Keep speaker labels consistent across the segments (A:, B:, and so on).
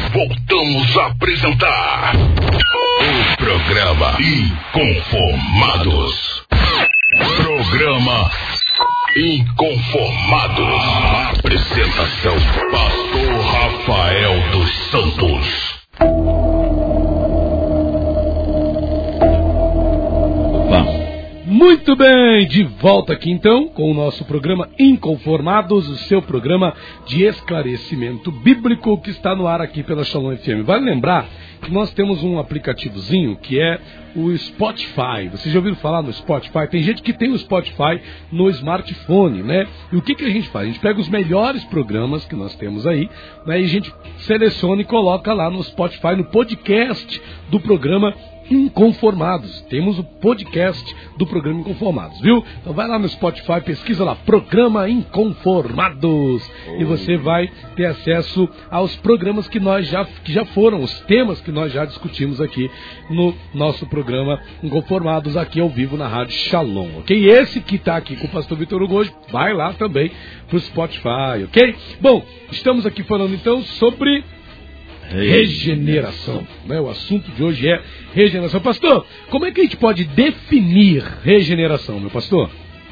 A: Voltamos a apresentar o programa Inconformados. Programa Inconformados. Apresentação: Pastor Rafael dos Santos.
B: Muito bem, de volta aqui então com o nosso programa Inconformados, o seu programa de esclarecimento bíblico que está no ar aqui pela Shalom FM. Vale lembrar que nós temos um aplicativozinho que é o Spotify. Vocês já ouviram falar no Spotify? Tem gente que tem o Spotify no smartphone, né? E o que a gente faz? A gente pega os melhores programas que nós temos aí, né? E a gente seleciona e coloca lá no Spotify, no podcast do programa Inconformados. Temos o podcast do programa Inconformados, viu? Então vai lá no Spotify, pesquisa lá, Programa Inconformados, e você vai ter acesso aos programas que já foram, os temas que nós já discutimos aqui no nosso programa Inconformados, aqui ao vivo na Rádio Shalom, ok? Esse que está aqui com o pastor Vitor Hugo hoje, vai lá também pro Spotify, ok? Bom, estamos aqui falando então sobre regeneração, né? O assunto de hoje é regeneração. Pastor, como é que a gente pode definir regeneração, meu pastor?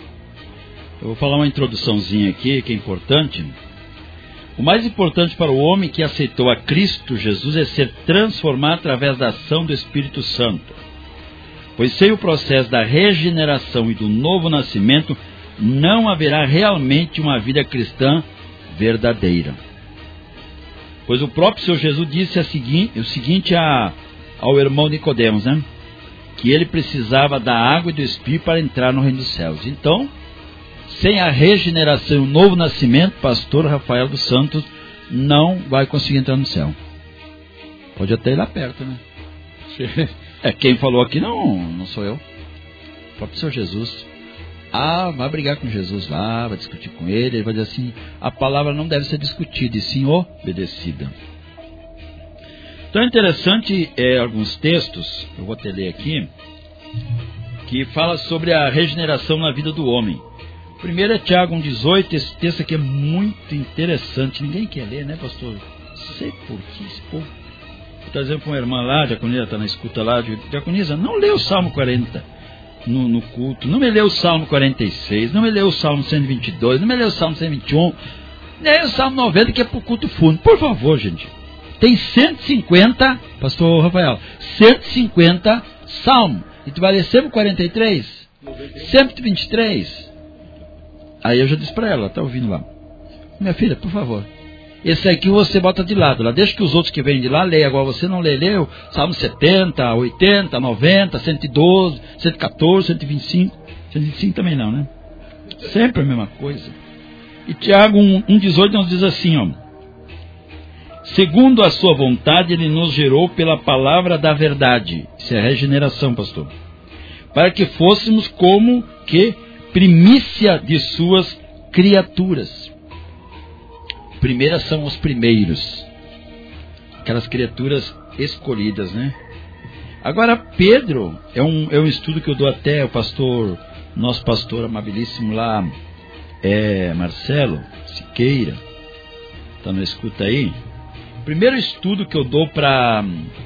C: Eu vou falar uma introduçãozinha aqui que é importante. O mais importante para o homem que aceitou a Cristo Jesus é ser transformado através da ação do Espírito Santo. Pois sem o processo da regeneração e do novo nascimento, não haverá realmente uma vida cristã verdadeira. Pois o próprio Senhor Jesus disse o seguinte ao irmão Nicodemos, né? Que ele precisava da água e do Espírito para entrar no reino dos céus. Então, sem a regeneração e o novo nascimento, pastor Rafael dos Santos não vai conseguir entrar no céu. Pode até ir lá perto, né? Quem falou aqui não sou eu. O próprio Senhor Jesus. Vai brigar com Jesus lá, vai discutir com ele vai dizer assim, a palavra não deve ser discutida, e sim obedecida. Então é interessante alguns textos, eu vou até ler aqui, que fala sobre a regeneração na vida do homem. Primeiro é Tiago 1,18, esse texto aqui é muito interessante, ninguém quer ler, né, pastor? Não sei por que esse povo. Estou dizendo para uma irmã lá, a Diaconisa está na escuta lá, Diaconisa, não lê o Salmo 40. No culto, não me lê o Salmo 46, não me lê o Salmo 122, não me lê o Salmo 121, lê o Salmo 90 que é para o culto fundo, por favor, gente. Tem 150, pastor Rafael, 150 Salmo, e tu vai ler sempre 43, 123. Aí eu já disse para ela, está ouvindo lá, minha filha, por favor, esse aqui você bota de lado lá, deixa que os outros que vêm de lá leiam, agora você não leu Salmo 70, 80, 90, 112, 114, 125, 125 também não, né? Sempre a mesma coisa. E Tiago 1,18 nos diz assim, ó: segundo a sua vontade, ele nos gerou pela palavra da verdade. Isso é a regeneração, pastor. Para que fôssemos como que primícia de suas criaturas. Primeiras são os primeiros, aquelas criaturas escolhidas, né? Agora Pedro, é um estudo que eu dou até o pastor, nosso pastor amabilíssimo lá, Marcelo Siqueira, está na escuta aí. O primeiro estudo que eu dou para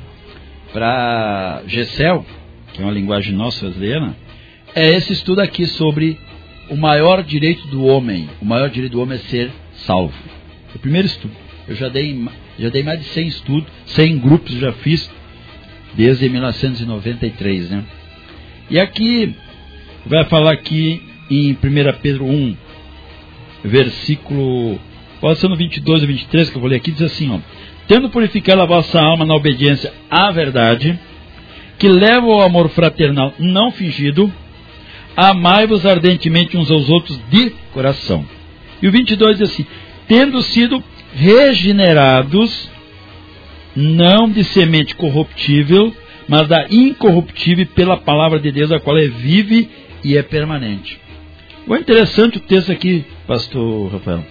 C: Gessel, que é uma linguagem nossa brasileira, é esse estudo aqui sobre o maior direito do homem. O maior direito do homem é ser salvo. O primeiro estudo. Eu já dei mais de 100 estudos, 100 grupos eu já fiz, desde 1993, né? E aqui, vai falar aqui em 1 Pedro 1, versículo, pode ser no 22 ou 23, que eu vou ler aqui, diz assim, ó: tendo purificado a vossa alma na obediência à verdade, que leva ao amor fraternal não fingido, amai-vos ardentemente uns aos outros de coração. E o 22 diz assim: tendo sido regenerados, não de semente corruptível, mas da incorruptível pela palavra de Deus, a qual é vive e é permanente. O interessante o texto aqui, pastor Rafael.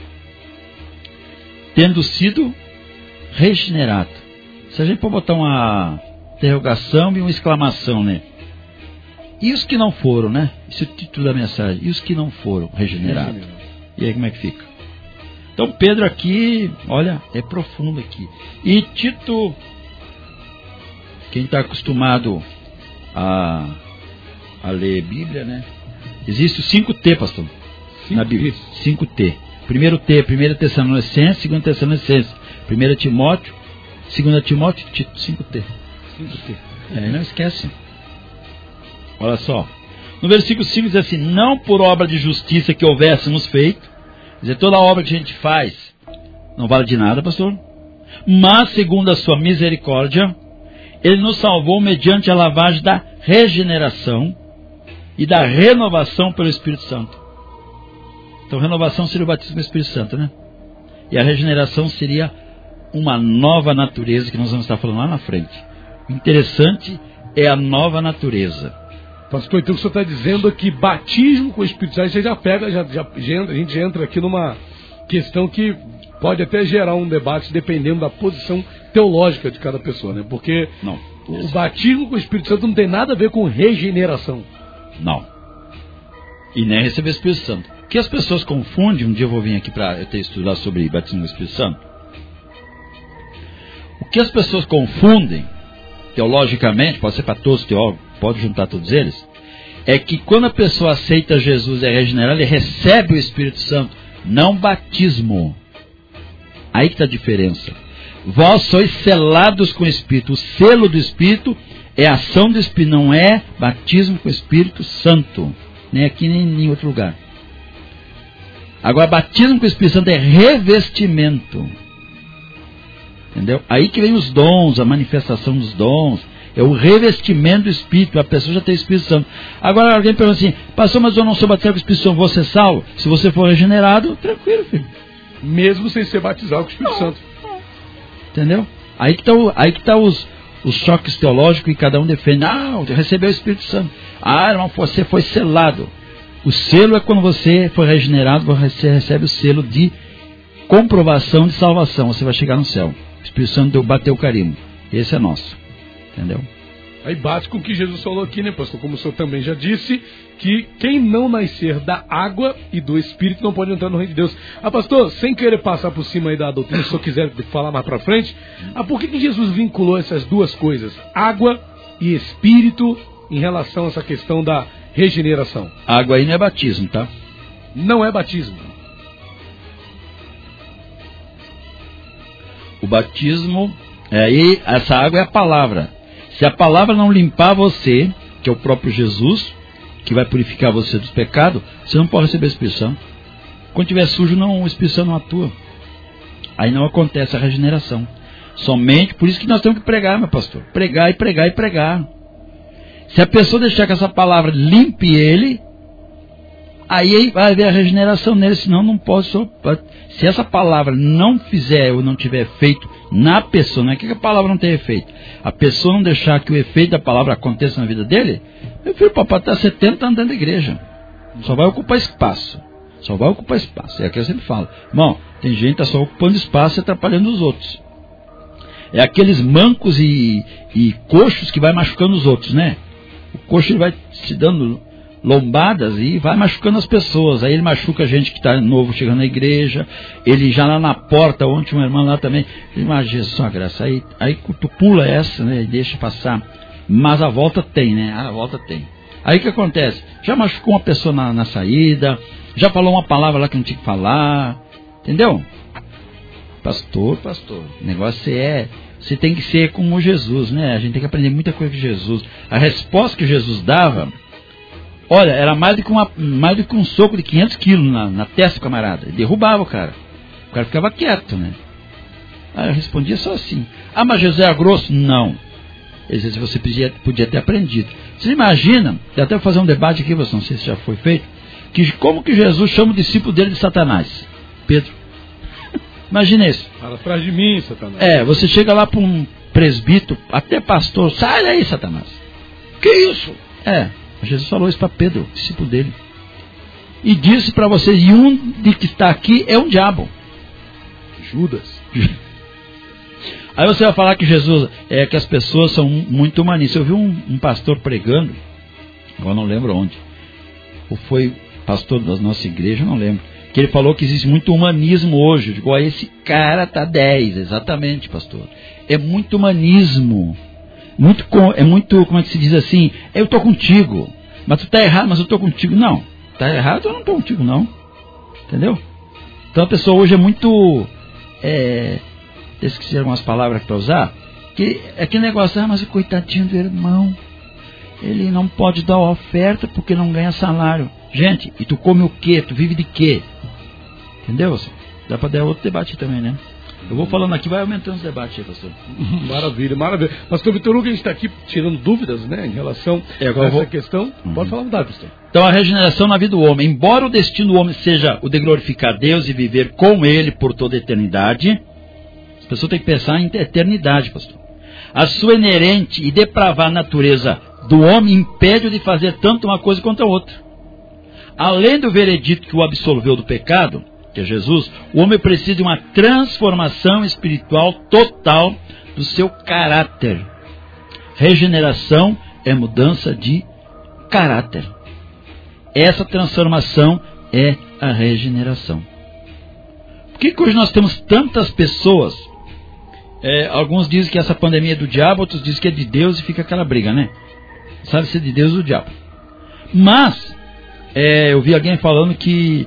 C: Tendo sido regenerado. Se a gente pode botar uma interrogação e uma exclamação, né? E os que não foram, né? Esse é o título da mensagem. E os que não foram regenerados? E aí como é que fica? Então Pedro aqui, olha, é profundo aqui. E Tito, quem está acostumado a ler Bíblia, né? Existem 5 T, pastor, na Bíblia. 5 T. Primeiro T, 1 Tessalonicenses, 2 Tessalonicenses, 1 Timóteo, 2 Timóteo, Tito, 5 T. 5 T. Não esquece. Olha só. No versículo 5 diz assim: não por obra de justiça que houvéssemos feito, quer dizer, toda obra que a gente faz não vale de nada, pastor, mas segundo a sua misericórdia, Ele nos salvou mediante a lavagem da regeneração e da renovação pelo Espírito Santo. Então, renovação seria o batismo do Espírito Santo, né? E a regeneração seria uma nova natureza, que nós vamos estar falando lá na frente. O interessante é a nova natureza.
B: Pastor, então o senhor está dizendo que batismo com o Espírito Santo, você já pega, a gente entra aqui numa questão que pode até gerar um debate dependendo da posição teológica de cada pessoa, né? Porque
C: não,
B: o batismo com o Espírito Santo não tem nada a ver com regeneração.
C: Não. E nem receber o Espírito Santo. O que as pessoas confundem, um dia eu vou vir aqui para estudar sobre batismo com o Espírito Santo. O que as pessoas confundem, teologicamente, pode ser para todos os teólogos, pode juntar todos eles, é que quando a pessoa aceita Jesus e é regenerada, ele recebe o Espírito Santo, não batismo. Aí que está a diferença. Vós sois selados com o Espírito. O selo do Espírito é a ação do Espírito, não é batismo com o Espírito Santo. Nem aqui, nem em outro lugar. Agora, batismo com o Espírito Santo é revestimento. Entendeu? Aí que vem os dons, a manifestação dos dons. É o revestimento do Espírito. A pessoa já tem o Espírito Santo. Agora alguém pergunta assim: pastor, mas eu não sou batizado com o Espírito Santo, vou ser salvo? Se você for regenerado, tranquilo, filho.
B: Mesmo sem ser batizado com o Espírito Santo.
C: Entendeu? Aí que tá os choques teológicos, e cada um defende: não, recebeu o Espírito Santo. Ah, irmão, você foi selado. O selo é quando você foi regenerado, você recebe o selo de comprovação de salvação. Você vai chegar no céu. O Espírito Santo bateu o carimbo. Esse é nosso. Entendeu?
B: Aí bate com o que Jesus falou aqui, né, pastor? Como o senhor também já disse, que quem não nascer da água e do Espírito não pode entrar no reino de Deus. Ah, pastor, sem querer passar por cima aí da doutrina, se o senhor quiser falar mais pra frente, por que Jesus vinculou essas duas coisas, água e Espírito, em relação a essa questão da regeneração?
C: Água aí não é batismo, tá?
B: Não é batismo.
C: O batismo, aí essa água é a palavra. Se a palavra não limpar você, que é o próprio Jesus, que vai purificar você dos pecados, você não pode receber o Espírito Santo. Quando estiver sujo, o Espírito Santo não atua. Aí não acontece a regeneração. Somente, por isso que nós temos que pregar, meu pastor. Pregar e pregar e pregar. Se a pessoa deixar que essa palavra limpe ele, aí vai haver a regeneração nele, senão não pode. Se essa palavra não fizer ou não tiver efeito na pessoa, não é que a palavra não tem efeito, a pessoa não deixar que o efeito da palavra aconteça na vida dele, meu filho, o papai está 70 anos dentro da igreja, só vai ocupar espaço. Só vai ocupar espaço. É aquilo que eu sempre falo. Irmão, tem gente que está só ocupando espaço e atrapalhando os outros. É aqueles mancos e coxos que vai machucando os outros, né? O coxo ele vai se dando lombadas e vai machucando as pessoas. Aí ele machuca a gente que está novo chegando na igreja. Ele já lá na porta, ontem uma irmã lá também. Ele, mas Jesus, sua graça. Aí tu pula essa, né? E deixa passar. Mas a volta tem, né? A volta tem. Aí o que acontece? Já machucou uma pessoa na saída. Já falou uma palavra lá que não tinha que falar. Entendeu? Pastor, o negócio você tem que ser como Jesus, né? A gente tem que aprender muita coisa com Jesus. A resposta que Jesus dava, olha, era mais do que um soco de 500 quilos na testa do camarada. Ele derrubava o cara. O cara ficava quieto, né? Aí eu respondia só assim: ah, mas Jesus era grosso? Não. Ele dizia, você podia ter aprendido. Você imagina, eu até vou fazer um debate aqui, você não sei se já foi feito, que como que Jesus chama o discípulo dele de Satanás? Pedro. Imagina isso.
B: Fala atrás de mim, Satanás.
C: Você chega lá para um presbítero, até pastor, sai daí, Satanás. Que isso? Jesus falou isso para Pedro, discípulo dele. E disse para vocês, e um de que está aqui é um diabo.
B: Judas.
C: Aí você vai falar que Jesus, que as pessoas são muito humanistas. Eu vi um pastor pregando, agora não lembro onde, ou foi pastor da nossa igreja, não lembro. que ele falou que existe muito humanismo hoje. Eu digo, esse cara tá 10, exatamente, pastor. É muito humanismo. É muito, como é que se diz assim, eu tô contigo, mas tu tá errado, mas eu tô contigo. Não, tá errado, eu não tô contigo, não. Entendeu? Então a pessoa hoje é muito, esqueci algumas palavras para usar, que é aquele negócio, mas o coitadinho do irmão, ele não pode dar oferta porque não ganha salário. Gente, e tu come o quê? Tu vive de quê? Entendeu? Dá para dar outro debate também, né? Eu vou falando aqui, vai aumentando os debates aí, pastor.
B: Maravilha, maravilha. Pastor Vitor Hugo, a gente está aqui tirando dúvidas, né, em relação a essa questão. Pode falar, pastor.
C: Então, a regeneração na vida do homem. Embora o destino do homem seja o de glorificar Deus e viver com Ele por toda a eternidade, as pessoas têm que pensar em eternidade, pastor. A sua inerente e depravada natureza do homem impede-o de fazer tanto uma coisa quanto a outra. Além do veredito que o absolveu do pecado, que é Jesus, o homem precisa de uma transformação espiritual total do seu caráter. Regeneração é mudança de caráter. Essa transformação é a regeneração. Por que hoje nós temos tantas pessoas? Alguns dizem que essa pandemia é do diabo, outros dizem que é de Deus e fica aquela briga, né? Sabe se é de Deus ou do diabo. Mas, eu vi alguém falando que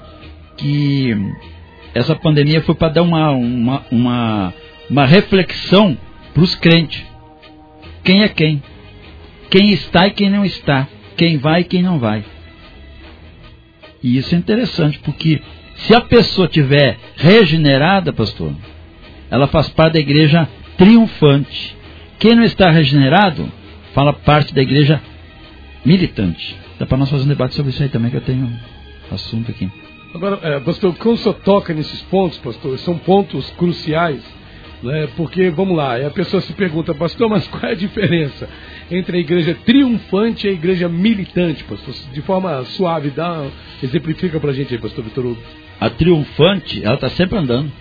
C: essa pandemia foi para dar uma reflexão para os crentes. Quem é quem? Quem está e quem não está. Quem vai e quem não vai. E isso é interessante, porque se a pessoa tiver regenerada, pastor, ela faz parte da igreja triunfante. Quem não está regenerado, fala parte da igreja militante. Dá para nós fazer um debate sobre isso aí também, que eu tenho assunto aqui.
B: Agora, pastor, quando o senhor toca nesses pontos, pastor, são pontos cruciais, né? Porque, vamos lá, a pessoa se pergunta, pastor, mas qual é a diferença entre a igreja triunfante e a igreja militante, pastor? De forma suave, exemplifica pra gente aí, pastor Vitor Hugo.
C: A triunfante, ela está sempre andando.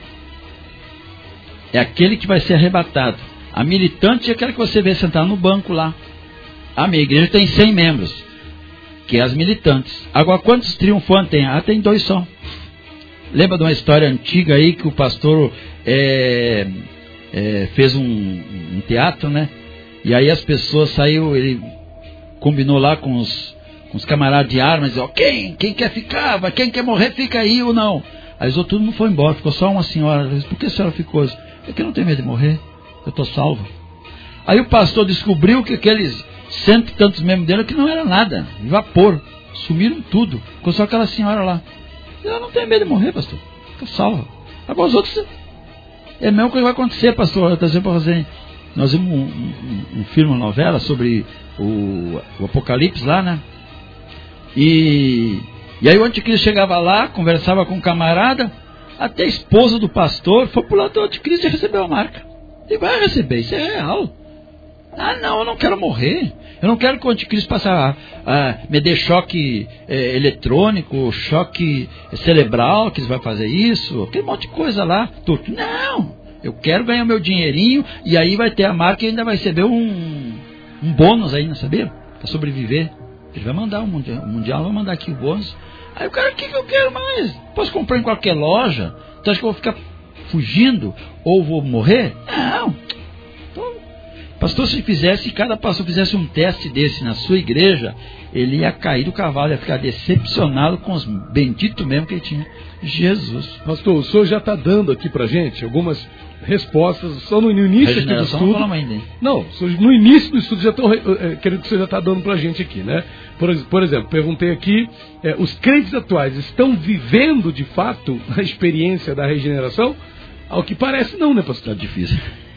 C: É aquele que vai ser arrebatado. A militante é aquela que você vê sentar no banco lá. A minha igreja tem 100 membros. Que é as militantes. Agora, quantos triunfantes tem? Tem 2 só. Lembra de uma história antiga aí que o pastor fez um teatro, né? E aí as pessoas saiu, ele combinou lá com os camaradas de armas, quem quer ficar? Quem quer morrer, fica aí ou não? Aí os outros não foi embora, ficou só uma senhora. Por que a senhora ficou? É que eu não tenho medo de morrer, eu estou salvo. Aí o pastor descobriu que aqueles 100 e tantos membros dele que não era nada, vapor, sumiram tudo, ficou só aquela senhora lá. Ela não tem medo de morrer, pastor, fica salva. Agora os outros, é mesmo o que vai acontecer, pastor. Nós vimos um filme, uma novela sobre o Apocalipse lá, né? E aí o anticristo chegava lá, conversava com um camarada, até a esposa do pastor foi pro lado do anticristo e recebeu a marca. E vai receber, isso é real. Não, eu não quero morrer. Eu não quero que o anticristo passe me dê choque eletrônico, choque cerebral, que eles vão fazer isso, aquele monte de coisa lá. Não, eu quero ganhar meu dinheirinho e aí vai ter a marca e ainda vai receber um bônus aí, não sabia? Para sobreviver. Ele vai mandar o mundial vai mandar aqui o bônus. Aí o cara, o que eu quero mais? Posso comprar em qualquer loja? Tu acha que eu vou ficar fugindo? Ou vou morrer? Não. Pastor, se cada pastor fizesse um teste desse na sua igreja, ele ia cair do cavalo, ia ficar decepcionado com os benditos mesmo que ele tinha. Jesus.
B: Pastor, o senhor já está dando aqui pra gente algumas respostas, só no início aqui do estudo. Não, no início do estudo já estou querendo que o senhor já está dando pra gente aqui, né? Por exemplo, perguntei aqui, os crentes atuais estão vivendo de fato a experiência da regeneração? Ao que parece não, né, pastor?
C: Está difícil.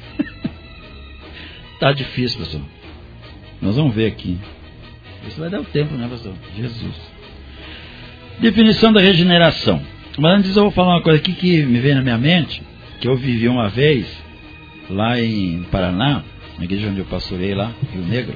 C: Está difícil, pastor. Nós vamos ver aqui. Isso vai dar o tempo, né, pastor? Jesus. Definição da regeneração. Mas antes eu vou falar uma coisa aqui que me veio na minha mente, que eu vivi uma vez lá em Paraná, na igreja onde eu pastorei lá, Rio Negro.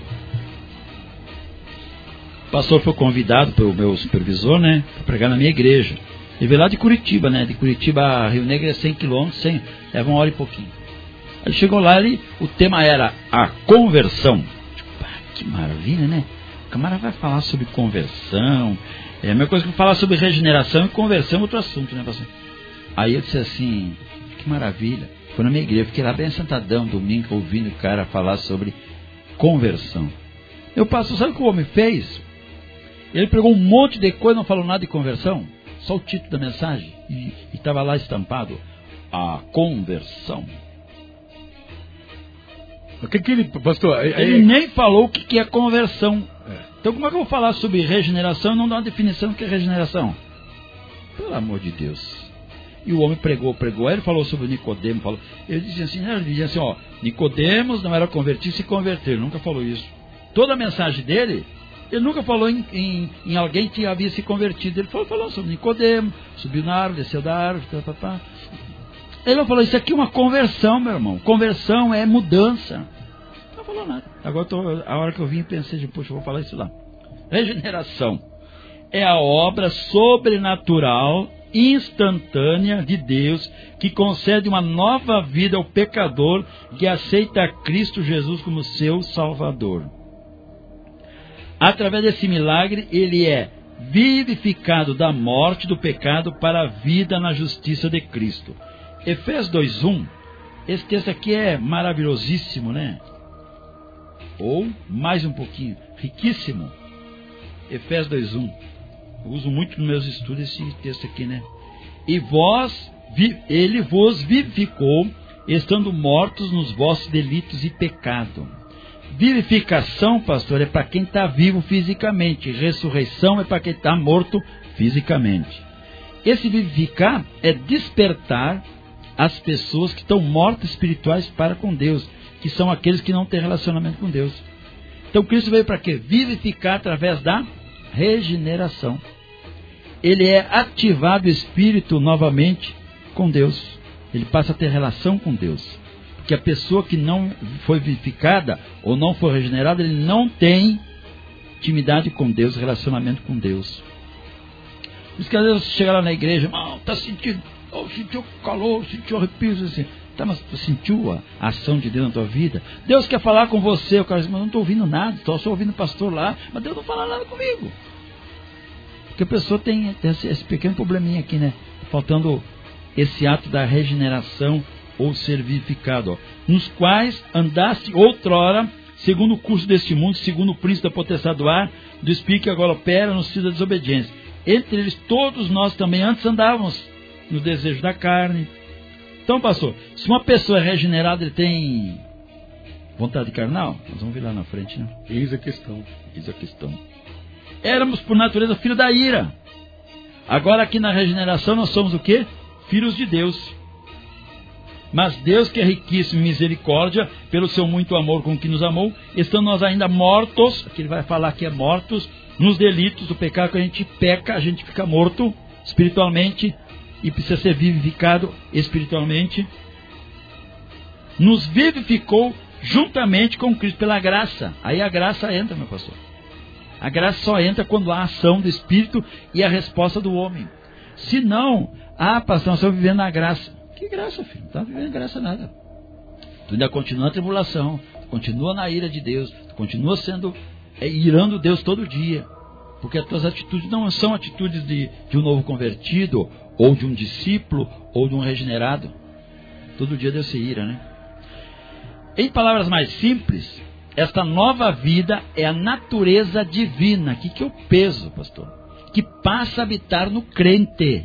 C: O pastor foi convidado pelo meu supervisor, né, para pregar na minha igreja. Ele veio lá de Curitiba, né? De Curitiba a Rio Negro é 100 quilômetros, leva 1 hora e pouquinho. Aí chegou lá, o tema era a conversão. Que maravilha, né? O camarada vai falar sobre conversão. É a mesma coisa que falar sobre regeneração e conversão é outro assunto, né, pastor? Aí eu disse assim, que maravilha. Foi na minha igreja, fiquei lá bem sentadão, domingo, ouvindo o cara falar sobre conversão. Eu pastor, sabe o que o homem fez? Ele pegou um monte de coisa, não falou nada de conversão. Só o título da mensagem. E estava lá estampado, a conversão.
B: O que ele, pastor?
C: Ele nem falou o que é conversão. Então como é que eu vou falar sobre regeneração e não dar uma definição do que é regeneração? Pelo amor de Deus. E o homem pregou. Aí ele falou sobre Nicodemo. Ele dizia assim, ó, Nicodemos não era convertido, se converter. Ele nunca falou isso. Toda a mensagem dele, ele nunca falou em alguém que havia se convertido. Ele falou sobre Nicodemo, subiu na árvore, desceu da árvore, Ele não falou, isso aqui é uma conversão, meu irmão. Conversão é mudança. Não falou nada. Agora, a hora que eu vim, pensei, poxa, eu vou falar isso lá. Regeneração é a obra sobrenatural, instantânea de Deus, que concede uma nova vida ao pecador que aceita Cristo Jesus como seu Salvador. Através desse milagre, ele é vivificado da morte do pecado para a vida na justiça de Cristo. Efésios 2:1, esse texto aqui é maravilhosíssimo, né? Ou, mais um pouquinho, riquíssimo. Efésios 2:1. Eu uso muito nos meus estudos esse texto aqui, né? E ele vos vivificou, estando mortos nos vossos delitos e pecado. Vivificação, pastor, é para quem está vivo fisicamente. Ressurreição é para quem está morto fisicamente. Esse vivificar é despertar as pessoas que estão mortas espirituais para com Deus, que são aqueles que não têm relacionamento com Deus. Então Cristo veio para quê? Vivificar através da regeneração. Ele é ativado o espírito novamente com Deus. Ele passa a ter relação com Deus. Porque a pessoa que não foi vivificada ou não foi regenerada, ele não tem intimidade com Deus, relacionamento com Deus. Por isso que às vezes você chega lá na igreja, irmão, está sentindo, sentiu calor, sentiu arrepios, assim. Tá, mas tu sentiu a ação de Deus na tua vida? Deus quer falar com você. O cara diz, mas eu não estou ouvindo nada, estou só ouvindo o pastor lá, mas Deus não fala nada comigo. Porque a pessoa tem esse pequeno probleminha aqui, né? Faltando esse ato da regeneração ou ser vivificado, ó. Nos quais andaste outrora, segundo o curso deste mundo, segundo o príncipe da potestade do ar, do espírito que agora opera nos filhos da desobediência. Entre eles todos nós também antes andávamos no desejo da carne. Então, pastor, se uma pessoa é regenerada, ele tem vontade carnal? Nós vamos vir lá na frente, né?
B: Eis a questão.
C: Éramos por natureza filhos da ira. Agora aqui na regeneração nós somos o quê? Filhos de Deus. Mas Deus, que é riquíssimo em misericórdia, pelo seu muito amor com que nos amou, estando nós ainda mortos, aqui ele vai falar que é mortos, nos delitos do pecado, que a gente peca, a gente fica morto espiritualmente e precisa ser vivificado espiritualmente. Nos vivificou juntamente com Cristo pela graça. Aí a graça entra, meu pastor. A graça só entra quando há a ação do Espírito e a resposta do homem. Se não, pastor, nós estamos vivendo na graça. Que graça, filho? Não está vivendo graça nada. Tu ainda continua na tribulação, tu continua na ira de Deus, tu continua sendo irando Deus todo dia. Porque as tuas atitudes não são atitudes de um novo convertido, ou de um discípulo, ou de um regenerado. Todo dia Deus se ira, né? Em palavras mais simples, esta nova vida é a natureza divina. O que é o peso, pastor? Que passa a habitar no crente.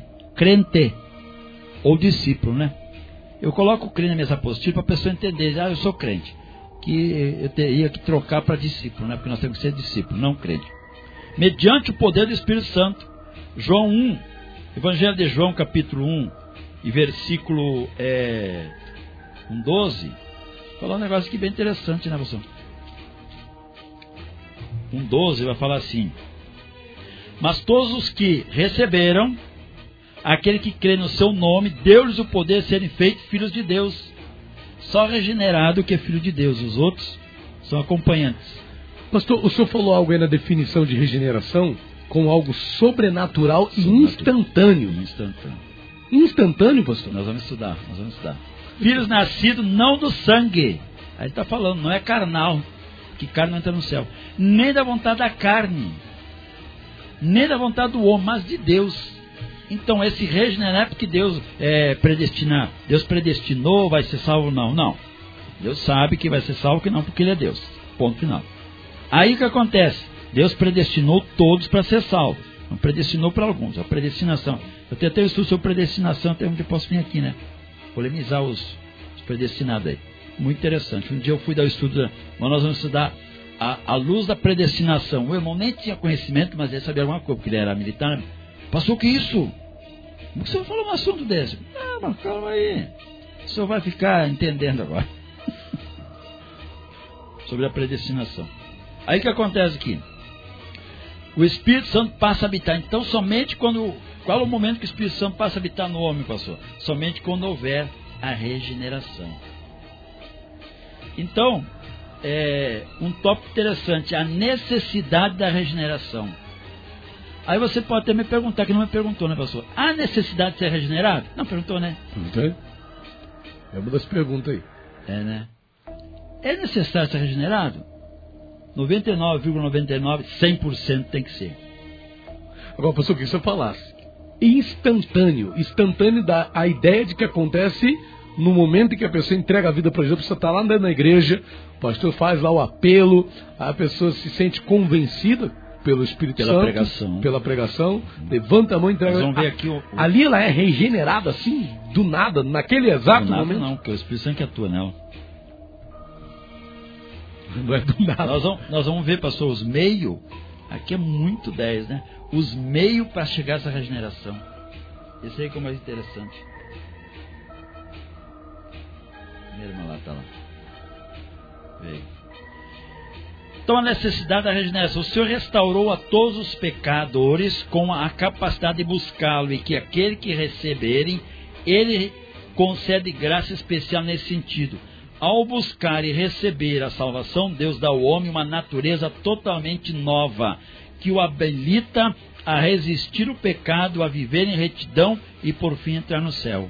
C: Ou discípulo, né? Eu coloco o crente na minha apostila para a pessoa entender. Eu sou crente. Que eu teria que trocar para discípulo, né? Porque nós temos que ser discípulo, não crente. Mediante o poder do Espírito Santo. João 1, Evangelho de João, capítulo 1, e versículo 12. Falar um negócio aqui bem interessante, né, pastor? 1,12 vai falar assim: mas todos os que receberam, aquele que crê no seu nome, deu-lhes o poder de serem feitos filhos de Deus. Só regenerado que é filho de Deus, os outros são acompanhantes.
B: Pastor, o senhor falou algo aí na definição de regeneração com algo sobrenatural e instantâneo. Instantâneo, pastor?
C: Nós vamos estudar. Filhos nascidos não do sangue. Aí ele está falando, não é carnal. O que carne não entra no céu. Nem da vontade da carne, nem da vontade do homem, mas de Deus. Então esse regenerar não é porque Deus predestinar. Deus predestinou, vai ser salvo, não. Não. Deus sabe que vai ser salvo, que não, porque Ele é Deus. Ponto final. Aí o que acontece? Deus predestinou todos para ser salvos. Não predestinou para alguns. A predestinação. Eu tenho até um estudo sobre predestinação, até onde eu posso vir aqui, né? Polemizar os predestinados aí. Muito interessante. Um dia eu fui dar o estudo, mas nós vamos estudar a luz da predestinação. O irmão nem tinha conhecimento, mas ele sabia alguma coisa, porque ele era militar. Passou o que isso? Como que você vai falar um assunto desse? Ah, mas calma aí. O senhor vai ficar entendendo agora. Sobre a predestinação. Aí o que acontece aqui? O Espírito Santo passa a habitar. Então somente quando... Qual é o momento que o Espírito Santo passa a habitar no homem, pastor? Somente quando houver a regeneração. Então, um tópico interessante, a necessidade da regeneração. Aí você pode até me perguntar, que não me perguntou, né, pastor? Há necessidade de ser regenerado? Não perguntou, né?
B: Perguntei. É uma das perguntas aí.
C: Né? É necessário ser regenerado? 99,99, 100% tem que ser.
B: Agora, pastor, o que você falasse? Instantâneo. Instantâneo dá a ideia de que acontece no momento em que a pessoa entrega a vida para Jesus. Você está lá dentro da igreja, o pastor faz lá o apelo, a pessoa se sente convencida pelo Espírito Santo, pela pregação, levanta a mão e entrega.
C: Vamos ver aqui
B: ali ela é regenerada assim, do nada, naquele exato momento?
C: Não, porque o Espírito Santo que atua nela.
B: Não é do nada.
C: Nós vamos ver, pastor, os meios. Aqui é muito 10, né? Os meios para chegar a essa regeneração. Esse aí que é o mais interessante. Minha irmã lá está lá. Veio. Então a necessidade da regeneração. O Senhor restaurou a todos os pecadores com a capacidade de buscá-lo, e que aquele que receberem, Ele concede graça especial nesse sentido. Ao buscar e receber a salvação, Deus dá ao homem uma natureza totalmente nova, que o habilita a resistir o pecado, a viver em retidão e por fim entrar no céu.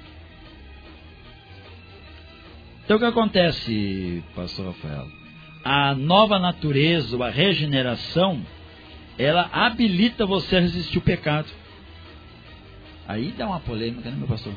C: Então o que acontece, pastor Rafael? A nova natureza, a regeneração, ela habilita você a resistir o pecado. Aí dá uma polêmica, né, meu pastor?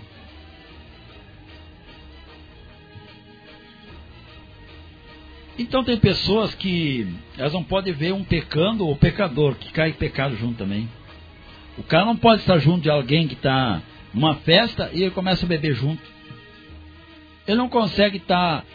C: Então tem pessoas que elas não podem ver um pecando ou pecador, que cai pecado junto também. O cara não pode estar junto de alguém que está numa festa e ele começa a beber junto. Ele não consegue estar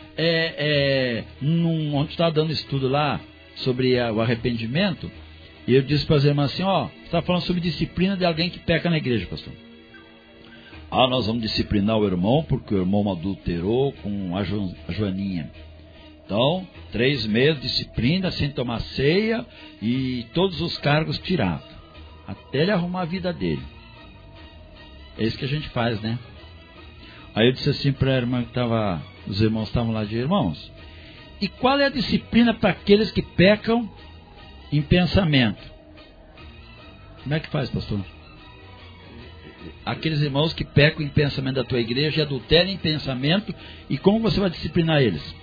C: onde está dando estudo lá sobre o arrependimento. E eu disse para as irmãs assim, você está falando sobre disciplina de alguém que peca na igreja, pastor. Nós vamos disciplinar o irmão porque o irmão adulterou com a Joaninha. Então, 3 meses de disciplina, sem tomar ceia e todos os cargos tirados. Até ele arrumar a vida dele. É isso que a gente faz, né? Aí eu disse assim para a irmã que estava, os irmãos estavam lá de irmãos. E qual é a disciplina para aqueles que pecam em pensamento? Como é que faz, pastor? Aqueles irmãos que pecam em pensamento da tua igreja e adulteram em pensamento, e como você vai disciplinar eles?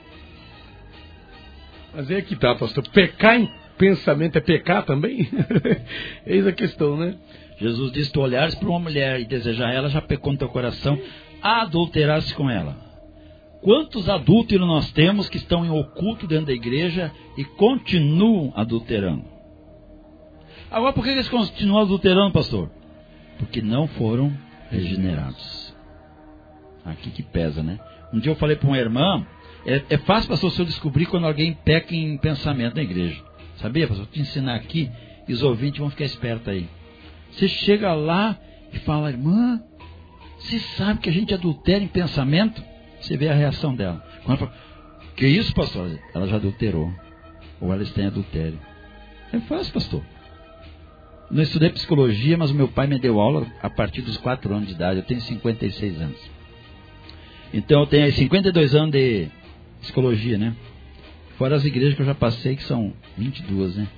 B: Mas é que tá, pastor. Pecar em pensamento é pecar também? Eis a questão, né?
C: Jesus disse, tu olhares para uma mulher e desejar ela, já pecou no teu coração, adulteraste com ela. Quantos adúlteros nós temos que estão em oculto dentro da igreja e continuam adulterando? Agora, por que eles continuam adulterando, pastor? Porque não foram regenerados. Aqui que pesa, né? Um dia eu falei para uma irmã, é fácil, pastor, se eu descobrir quando alguém peca em pensamento na igreja. Sabia, pastor? Vou te ensinar aqui e os ouvintes vão ficar espertos aí. Você chega lá e fala, irmã, você sabe que a gente adultera em pensamento? Você vê a reação dela. Quando ela fala, que isso, pastor? Ela já adulterou. Ou ela está em adultério. É fácil, pastor. Não estudei psicologia, mas o meu pai me deu aula a partir dos 4 anos de idade. Eu tenho 56 anos. Então eu tenho 52 anos de psicologia, né? Fora as igrejas que eu já passei, que são 22, né?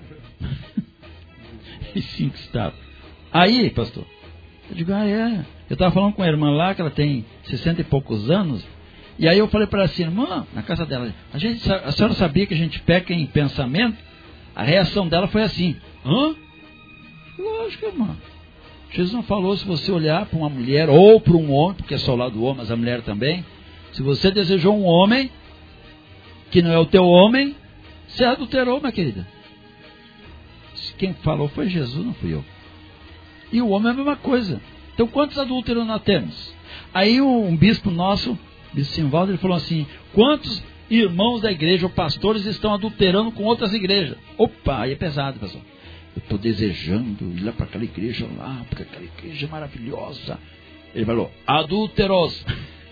C: E 5 estados. Aí, pastor, eu digo, eu estava falando com a irmã lá, que ela tem 60 e poucos anos, E aí eu falei para ela assim, irmã, na casa dela, a senhora sabia que a gente peca em pensamento? A reação dela foi assim, hã? Lógico, irmã. Jesus não falou se você olhar para uma mulher ou para um homem, porque é só o lado do homem, mas a mulher também. Se você desejou um homem, que não é o teu homem, você adulterou, minha querida. Quem falou foi Jesus, não fui eu. E o homem é a mesma coisa. Então quantos adúlteros nós temos? Aí um bispo nosso, bispo Simvaldo, ele falou assim, quantos irmãos da igreja ou pastores estão adulterando com outras igrejas? Opa, aí é pesado, pessoal. Eu estou desejando ir lá para aquela igreja lá, porque aquela igreja é maravilhosa. Ele falou, adúlteros.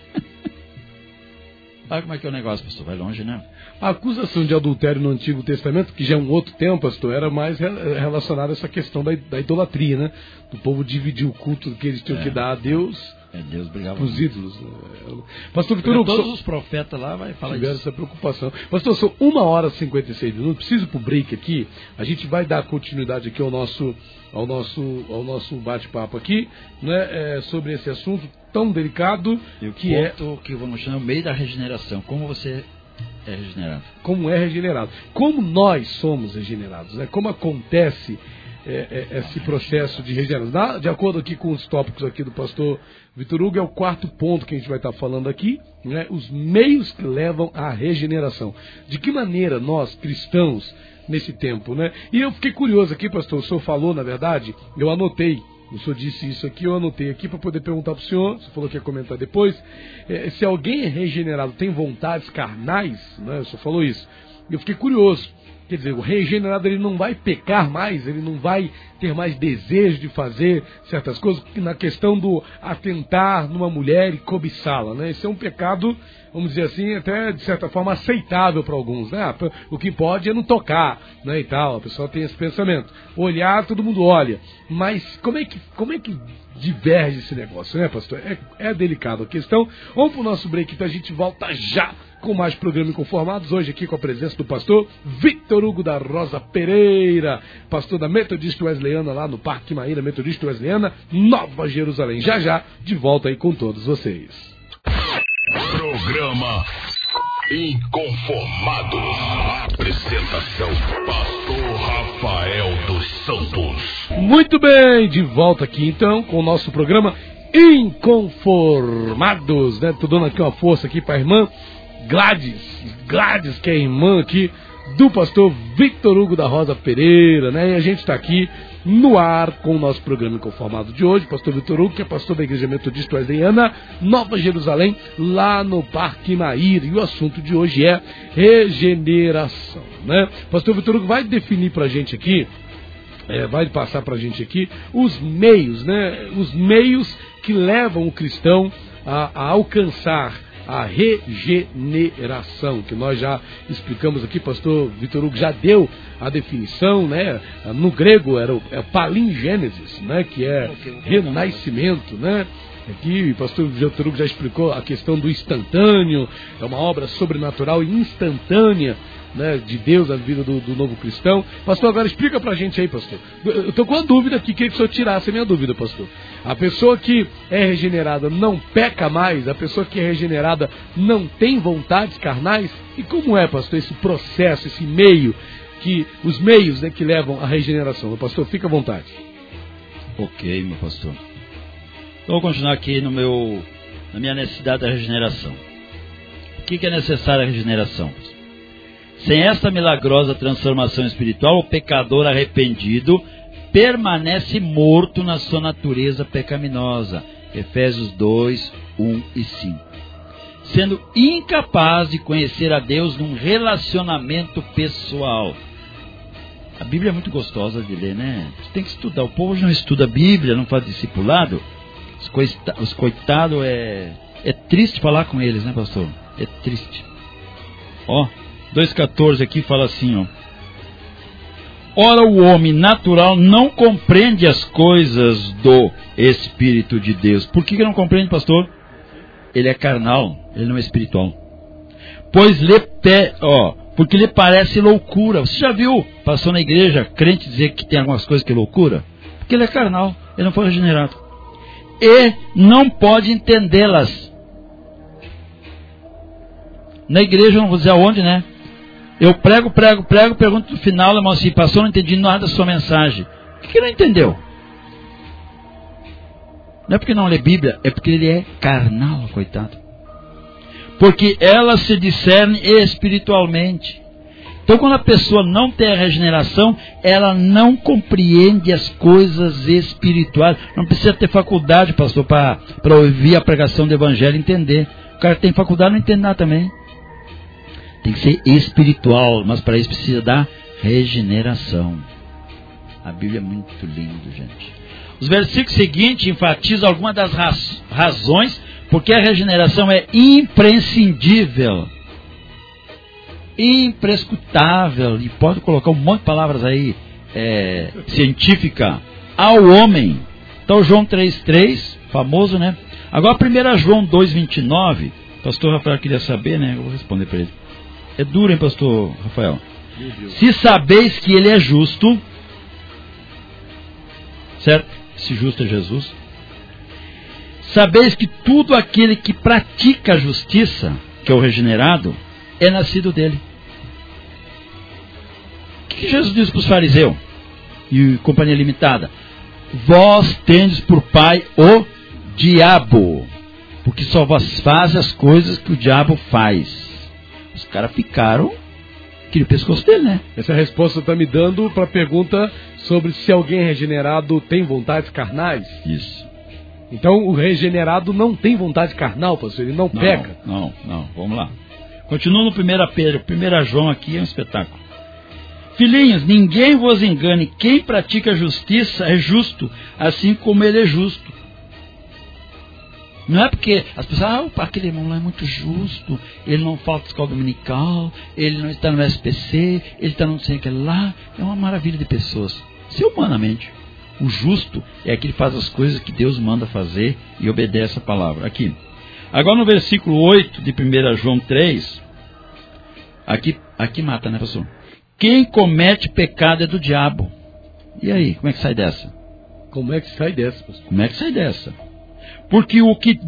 C: Olha como é que é o negócio, pastor, vai longe, né?
B: A acusação de adultério no Antigo Testamento, que já é um outro tempo, pastor, era mais relacionada a essa questão da idolatria, né? Do povo dividir o culto que eles tinham que dar a Deus,
C: Deus brigava
B: para os ídolos. Pastor Vitor Hugo,
C: todos os profetas lá vai falar
B: tiveram
C: isso.
B: essa preocupação. Pastor, são 1h56, preciso para o break aqui, a gente vai dar continuidade aqui ao nosso bate-papo aqui, né, sobre esse assunto tão delicado,
C: que vamos chamar o meio da regeneração. Como você é regenerado?
B: Como é regenerado? Como nós somos regenerados? Né? Como acontece esse processo de regeneração? De acordo aqui com os tópicos aqui do pastor Vitor Hugo, é o 4º ponto que a gente vai estar falando aqui, né? Os meios que levam à regeneração. De que maneira nós, cristãos, nesse tempo, né? E eu fiquei curioso aqui, pastor, o senhor falou, na verdade, eu anotei, o senhor disse isso aqui, eu anotei aqui para poder perguntar para o senhor falou que ia comentar depois, se alguém é regenerado tem vontades carnais, né? O senhor falou isso, eu fiquei curioso, quer dizer, o regenerado ele não vai pecar mais, ele não vai ter mais desejo de fazer certas coisas, na questão do atentar numa mulher e cobiçá-la, né? Esse é um pecado, vamos dizer assim, até de certa forma aceitável para alguns, né? O que pode é não tocar, né, e tal, a pessoa tem esse pensamento. Olhar, todo mundo olha, mas como é que diverge esse negócio, né, pastor? É delicado a questão. Vamos para o nosso break, então a gente volta já com mais programa Inconformados, hoje aqui com a presença do pastor Vitor Hugo da Rosa Pereira, pastor da Metodista Wesleyana lá no Parque Maíra, Metodista Wesleyana, Nova Jerusalém. Já, de volta aí com todos vocês.
A: Programa Inconformados. Apresentação, pastor Rafael dos Santos.
B: Muito bem, de volta aqui então com o nosso programa Inconformados, né? Tô dando aqui uma força aqui para a irmã Gladys, que é a irmã aqui do pastor Vitor Hugo da Rosa Pereira, né? E a gente está aqui no ar com o nosso programa Inconformado de hoje, pastor Vitor Hugo, que é pastor da Igreja Metodista Wesleyana, Nova Jerusalém, lá no Parque Maíra, e o assunto de hoje é regeneração, né? Pastor Vitor Hugo vai definir pra gente aqui, vai passar pra gente aqui os meios, né? Os meios que levam o cristão a alcançar a regeneração, que nós já explicamos aqui, pastor Vitor Hugo já deu a definição, né? No grego era palingênesis, né? Que é renascimento, né? Aqui o pastor Vitor Hugo já explicou a questão do instantâneo, é uma obra sobrenatural e instantânea, né, de Deus na vida do novo cristão. Pastor, agora explica pra gente aí, pastor. Eu estou com uma dúvida aqui, queria que o senhor tirasse a minha dúvida, pastor. A pessoa que é regenerada não peca mais? A pessoa que é regenerada não tem vontades carnais? E como é, pastor, esse processo, esse meio, os meios, né, que levam à regeneração? Pastor, fica à vontade.
C: Ok, meu pastor. Então, vou continuar aqui na minha necessidade da regeneração. O que é necessário a regeneração, pastor? Sem esta milagrosa transformação espiritual, o pecador arrependido permanece morto na sua natureza pecaminosa. Efésios 2, 1 e 5. Sendo incapaz de conhecer a Deus num relacionamento pessoal. A Bíblia é muito gostosa de ler, né? Você tem que estudar. O povo não estuda a Bíblia, não faz discipulado. Os coitados, é triste falar com eles, né, pastor? É triste. 2,14 aqui fala assim, Ora, o homem natural não compreende as coisas do Espírito de Deus. Por que não compreende, pastor? Ele é carnal, ele não é espiritual. Porque lhe parece loucura. Você já viu, passou na igreja, crente dizer que tem algumas coisas que é loucura? Porque ele é carnal, ele não foi regenerado. E não pode entendê-las. na igreja, não vou dizer aonde, né? Eu prego, pergunto no final, irmão, assim, pastor, não entendi nada da sua mensagem. O que não entendeu? Não é porque não lê Bíblia, é porque ele é carnal, coitado. Porque ela se discerne espiritualmente. Então, quando a pessoa não tem a regeneração, ela não compreende as coisas espirituais. Não precisa ter faculdade, pastor, para ouvir a pregação do Evangelho e entender. O cara que tem faculdade não entende nada também. Tem que ser espiritual, mas para isso precisa da regeneração. A Bíblia é muito linda, gente. Os versículos seguintes enfatizam algumas das razões porque a regeneração é imprescindível, imprescutável, e pode colocar um monte de palavras aí, científica, ao homem. Então João 3,3, famoso, né? Agora 1 João 2,29, pastor Rafael queria saber, né? Eu vou responder para ele. É duro, hein, pastor Rafael? Se sabeis que ele é justo, certo? Se justo é Jesus. Sabeis que tudo aquele que pratica a justiça, que é o regenerado, é nascido dele. O que Jesus diz para os fariseus e companhia limitada? Vós tendes por pai o diabo, porque só vós faz as coisas que o diabo faz. Os caras ficaram, queriam o pescoço dele, né?
B: Essa resposta está me dando para a pergunta sobre se alguém regenerado tem vontades carnais.
C: Isso.
B: Então o regenerado não tem vontade carnal, pastor, ele não peca.
C: Não, vamos lá. Continua no 1 Pedro, 1 João aqui é um espetáculo. Filhinhos, ninguém vos engane, quem pratica a justiça é justo, assim como ele é justo. Não é porque as pessoas, aquele irmão lá é muito justo, ele não falta escola dominical, ele não está no SPC, ele está não sei o que lá. É uma maravilha de pessoas. Se humanamente, o justo é aquele que faz as coisas que Deus manda fazer e obedece a palavra. Aqui. Agora no versículo 8 de 1 João 3, aqui mata, né, pastor? Quem comete pecado é do diabo. E aí, como é que sai dessa?
B: Como é que sai dessa, pastor?
C: Como é que sai dessa? Porque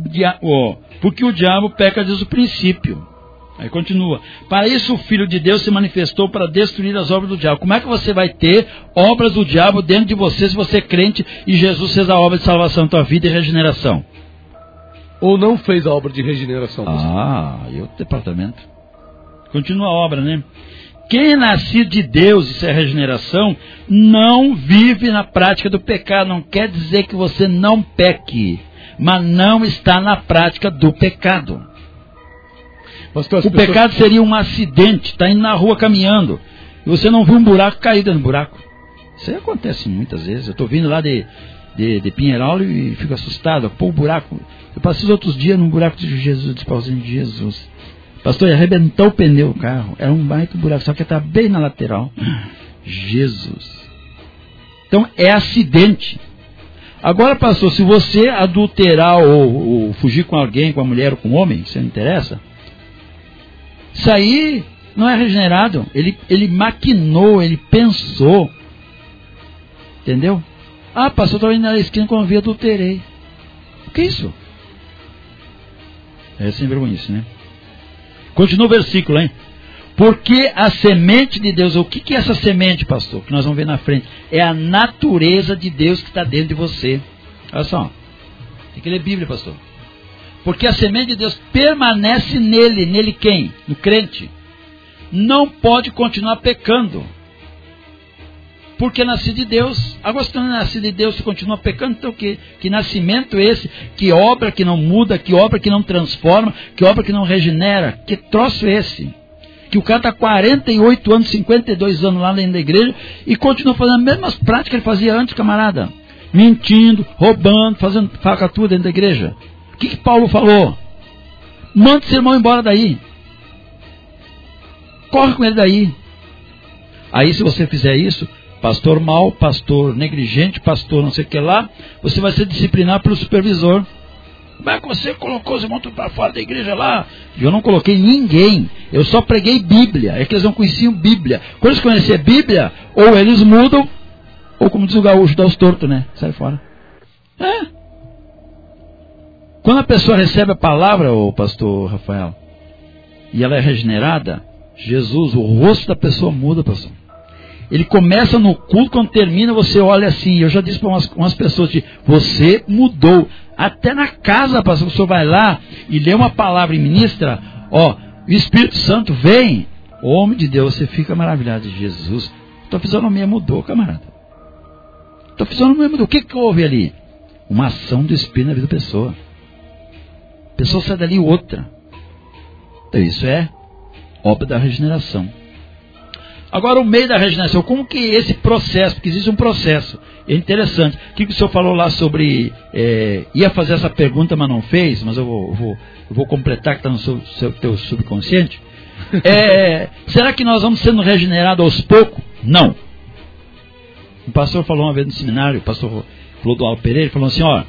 C: o diabo peca desde o princípio. Aí continua. Para isso o Filho de Deus se manifestou para destruir as obras do diabo. Como é que você vai ter obras do diabo dentro de você se você é crente e Jesus fez a obra de salvação na tua vida e regeneração?
B: Ou não fez a obra de regeneração, pastor?
C: E outro departamento. Continua a obra, né? Quem é nascido de Deus, isso é regeneração, não vive na prática do pecado. Não quer dizer que você não peque, mas não está na prática do pecado.
B: Pastor,
C: o pecado seria um acidente, está indo na rua caminhando, e você não viu um buraco, cair dentro do buraco. Isso aí acontece muitas vezes. Eu estou vindo lá de Pinheiral e fico assustado. Pô, o buraco. Eu passei os outros dias num buraco de Jesus, de pauzinho de Jesus. Pastor, arrebentou o pneu do carro. Era um baita buraco, só que está bem na lateral. Jesus. Então é acidente. Agora, pastor, se você adulterar ou fugir com alguém, com a mulher ou com o homem, isso não interessa. Isso aí não é regenerado. Ele maquinou, ele pensou. Entendeu? Pastor, estou indo na esquina quando eu vi, adulterei. O que é isso? É sem vergonhice, né? Continua o versículo, hein? Porque a semente de Deus, o que é essa semente, pastor? Que nós vamos ver na frente. É a natureza de Deus que está dentro de você. Olha só. Tem que ler Bíblia, pastor. Porque a semente de Deus permanece nele. Nele quem? No crente. Não pode continuar pecando. Porque é nascido de Deus. Agora, se não é nascido de Deus, você continua pecando, então que nascimento é esse? Que obra que não muda, que obra que não transforma, que obra que não regenera? Que troço é esse? Que o cara está 48 anos, 52 anos lá dentro da igreja e continua fazendo as mesmas práticas que ele fazia antes, camarada. Mentindo, roubando, fazendo falcatrua dentro da igreja. O que Paulo falou? Manda esse irmão embora daí. Corre com ele daí. Aí se você fizer isso, pastor mau, pastor negligente, pastor não sei o que lá, você vai ser disciplinado pelo supervisor. Mas você colocou os irmãos tudo para fora da igreja lá. Eu não coloquei ninguém. Eu só preguei Bíblia. É que eles não conheciam Bíblia. Quando eles conheciam Bíblia, ou eles mudam, ou como diz o gaúcho, dá os tortos, né? Sai fora. Quando a pessoa recebe a palavra, o pastor Rafael, e ela é regenerada, Jesus, o rosto da pessoa muda, pastor. Ele começa no culto, quando termina, você olha assim. Eu já disse para umas pessoas, você mudou. Até na casa, pastor, o senhor vai lá e lê uma palavra e ministra, ó, o Espírito Santo vem, o homem de Deus, você fica maravilhado de Jesus. Tua fisionomia mudou, camarada. Tua fisionomia mudou. O que houve ali? Uma ação do Espírito na vida da pessoa. A pessoa sai dali outra. Então isso é obra da regeneração. Agora, o meio da regeneração, como que esse processo, porque existe um processo, é interessante. O que o senhor falou lá sobre, ia fazer essa pergunta, mas não fez, mas eu vou completar, que está no teu subconsciente. Será que nós vamos sendo regenerados aos poucos? Não. Um pastor falou uma vez no seminário, o pastor Clodoaldo Pereira, falou assim, ó,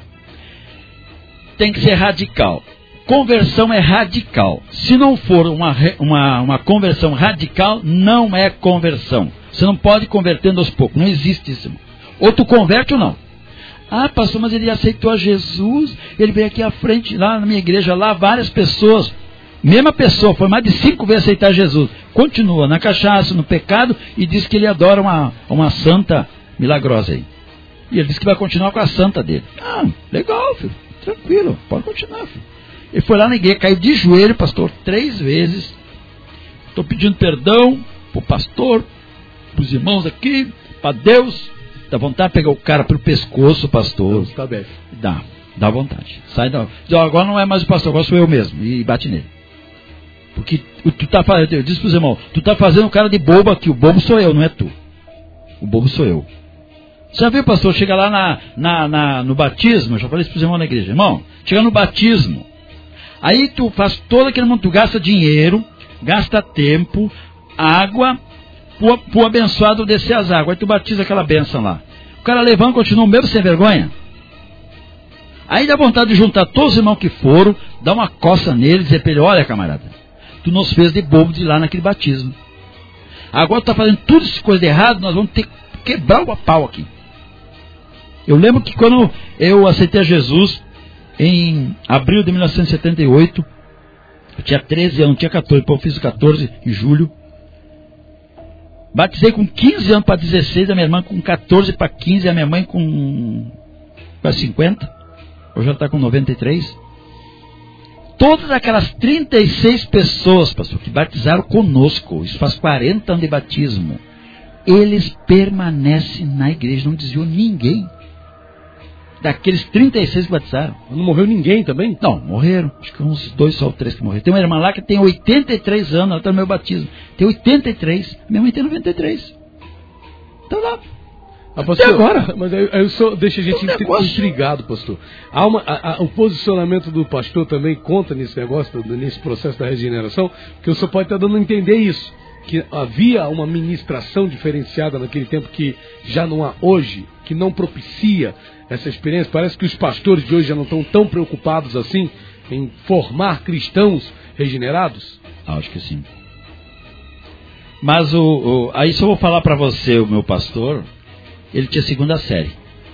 C: tem que ser radical. Conversão é radical. Se não for uma conversão radical, não é conversão. Você não pode convertendo aos poucos. Não existe isso. Ou tu converte ou não. Ah, pastor, mas ele aceitou a Jesus. Ele veio aqui à frente, lá na minha igreja, lá várias pessoas. Mesma pessoa, foi mais de 5 vezes aceitar Jesus. Continua na cachaça, no pecado, e diz que ele adora uma santa milagrosa aí. E ele diz que vai continuar com a santa dele. Ah, legal, filho. Tranquilo, pode continuar, filho. Ele foi lá na igreja, caiu de joelho, pastor, 3 vezes. Estou pedindo perdão para o pastor, para os irmãos aqui, para Deus. Dá vontade de pegar o cara pelo pescoço, pastor.
B: Está bem.
C: Dá vontade. Sai da... Agora não é mais o pastor, agora sou eu mesmo. E bate nele. Porque tu tá fazendo, eu disse para os irmãos, tu está fazendo o cara de bobo aqui. O bobo sou eu, não é tu. O bobo sou eu. Você já viu, pastor, chega lá no batismo, eu já falei isso para os irmãos na igreja. Irmão, chega no batismo. Aí tu faz todo aquele monte, tu gasta dinheiro, gasta tempo, água, pro abençoado descer as águas. Aí tu batiza aquela bênção lá. O cara levanta, continua mesmo sem vergonha. Aí dá vontade de juntar todos os irmãos que foram, dar uma coça nele e dizer para ele, olha camarada, tu nos fez de bobo de ir lá naquele batismo. Agora tu tá fazendo tudo isso coisa de errado, nós vamos ter que quebrar o pau aqui. Eu lembro que quando eu aceitei a Jesus, em abril de 1978, eu tinha 13 anos, tinha 14, depois eu fiz 14 em julho. Batizei com 15 anos para 16, a minha irmã com 14 para 15, a minha mãe com quase 50, hoje ela está com 93. Todas aquelas 36 pessoas, pastor, que batizaram conosco, isso faz 40 anos de batismo, eles permanecem na igreja, não desviou ninguém. Daqueles 36 que batizaram.
B: Não morreu ninguém também?
C: Não, morreram. Acho que uns 2 ou 3 que morreram. Tem uma irmã lá que tem 83 anos, ela está no meu batismo. Tem 83. Minha mãe tem 93. Então lá.
B: Pastor, agora. Mas aí só deixa a gente intrigado, pastor. O posicionamento do pastor também conta nesse negócio, nesse processo da regeneração, porque o senhor pode estar dando a entender isso. Que havia uma ministração diferenciada naquele tempo que já não há hoje, que não propicia essa experiência. Parece que os pastores de hoje já não estão tão preocupados assim em formar cristãos regenerados.
C: Acho que sim. Mas aí só vou falar para você, o meu pastor, ele tinha 2ª série.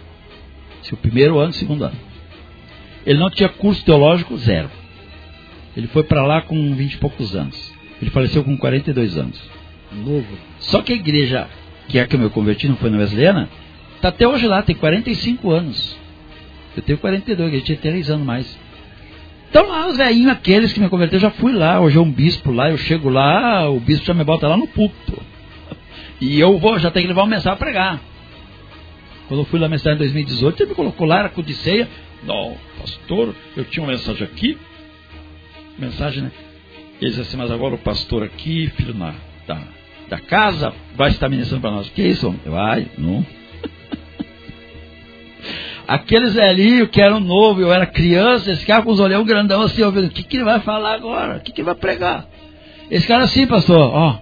C: O 1º ano, 2º ano. Ele não tinha curso teológico, 0. Ele foi para lá com 20 e poucos anos. Ele faleceu com 42 anos.
B: Novo.
C: Só que a igreja, que é a que eu me converti, não foi na Wesleyana, está até hoje lá, tem 45 anos. Eu tenho 42, ele tinha 3 anos mais. Então lá, os velhinhos aqueles que me converteram, eu já fui lá, hoje é um bispo lá, eu chego lá, o bispo já me bota lá no púlpito. E eu já tenho que levar uma mensagem para pregar. Quando eu fui lá mensagem em 2018, ele me colocou lá, era codiceia. Não, pastor, eu tinha uma mensagem aqui. Mensagem, né? Ele disse assim, mas agora o pastor aqui, filho da casa, vai estar ministrando para nós. O que é isso, homem? Vai, não. Aqueles velhinhos que eram novos, eu era criança, esse cara com os olhão grandão assim, ouvindo, o que ele vai falar agora? O que ele vai pregar? Esse cara assim, pastor, ó.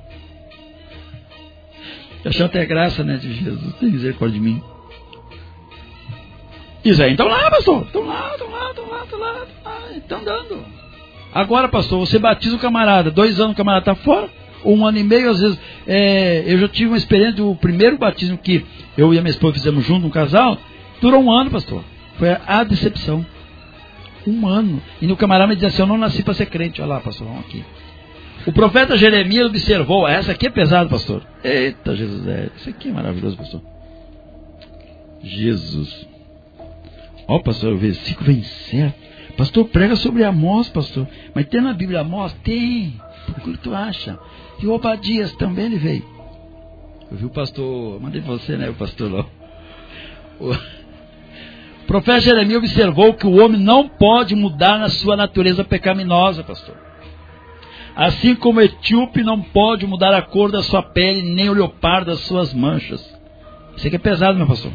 C: Eu achei até graça, né, de Jesus, tem misericórdia de mim. Isso aí, então lá, pastor, estão lá, estão dando. Agora, pastor, você batiza o camarada, 2 anos o camarada está fora, 1 ano e meio, às vezes, eu já tive uma experiência do primeiro batismo que eu e a minha esposa fizemos junto, um casal, durou 1 ano, pastor, foi a decepção, 1 ano, e o camarada me dizia assim, eu não nasci para ser crente, olha lá, pastor, vamos aqui, O profeta Jeremias observou, essa aqui é pesada, pastor. Eita, Jesus, isso aqui é maravilhoso, pastor. Jesus. Ó, pastor, o versículo vem certo. Pastor, prega sobre Amós, pastor. Mas tem na Bíblia Amós? Tem. O que tu acha? E o Obadias também ele veio. Eu vi o pastor, mandei pra você, né, o pastor lá. O profeta Jeremias observou que o homem não pode mudar na sua natureza pecaminosa, pastor. Assim como o etíope não pode mudar a cor da sua pele, nem o leopardo das suas manchas. Isso aqui é pesado, meu pastor.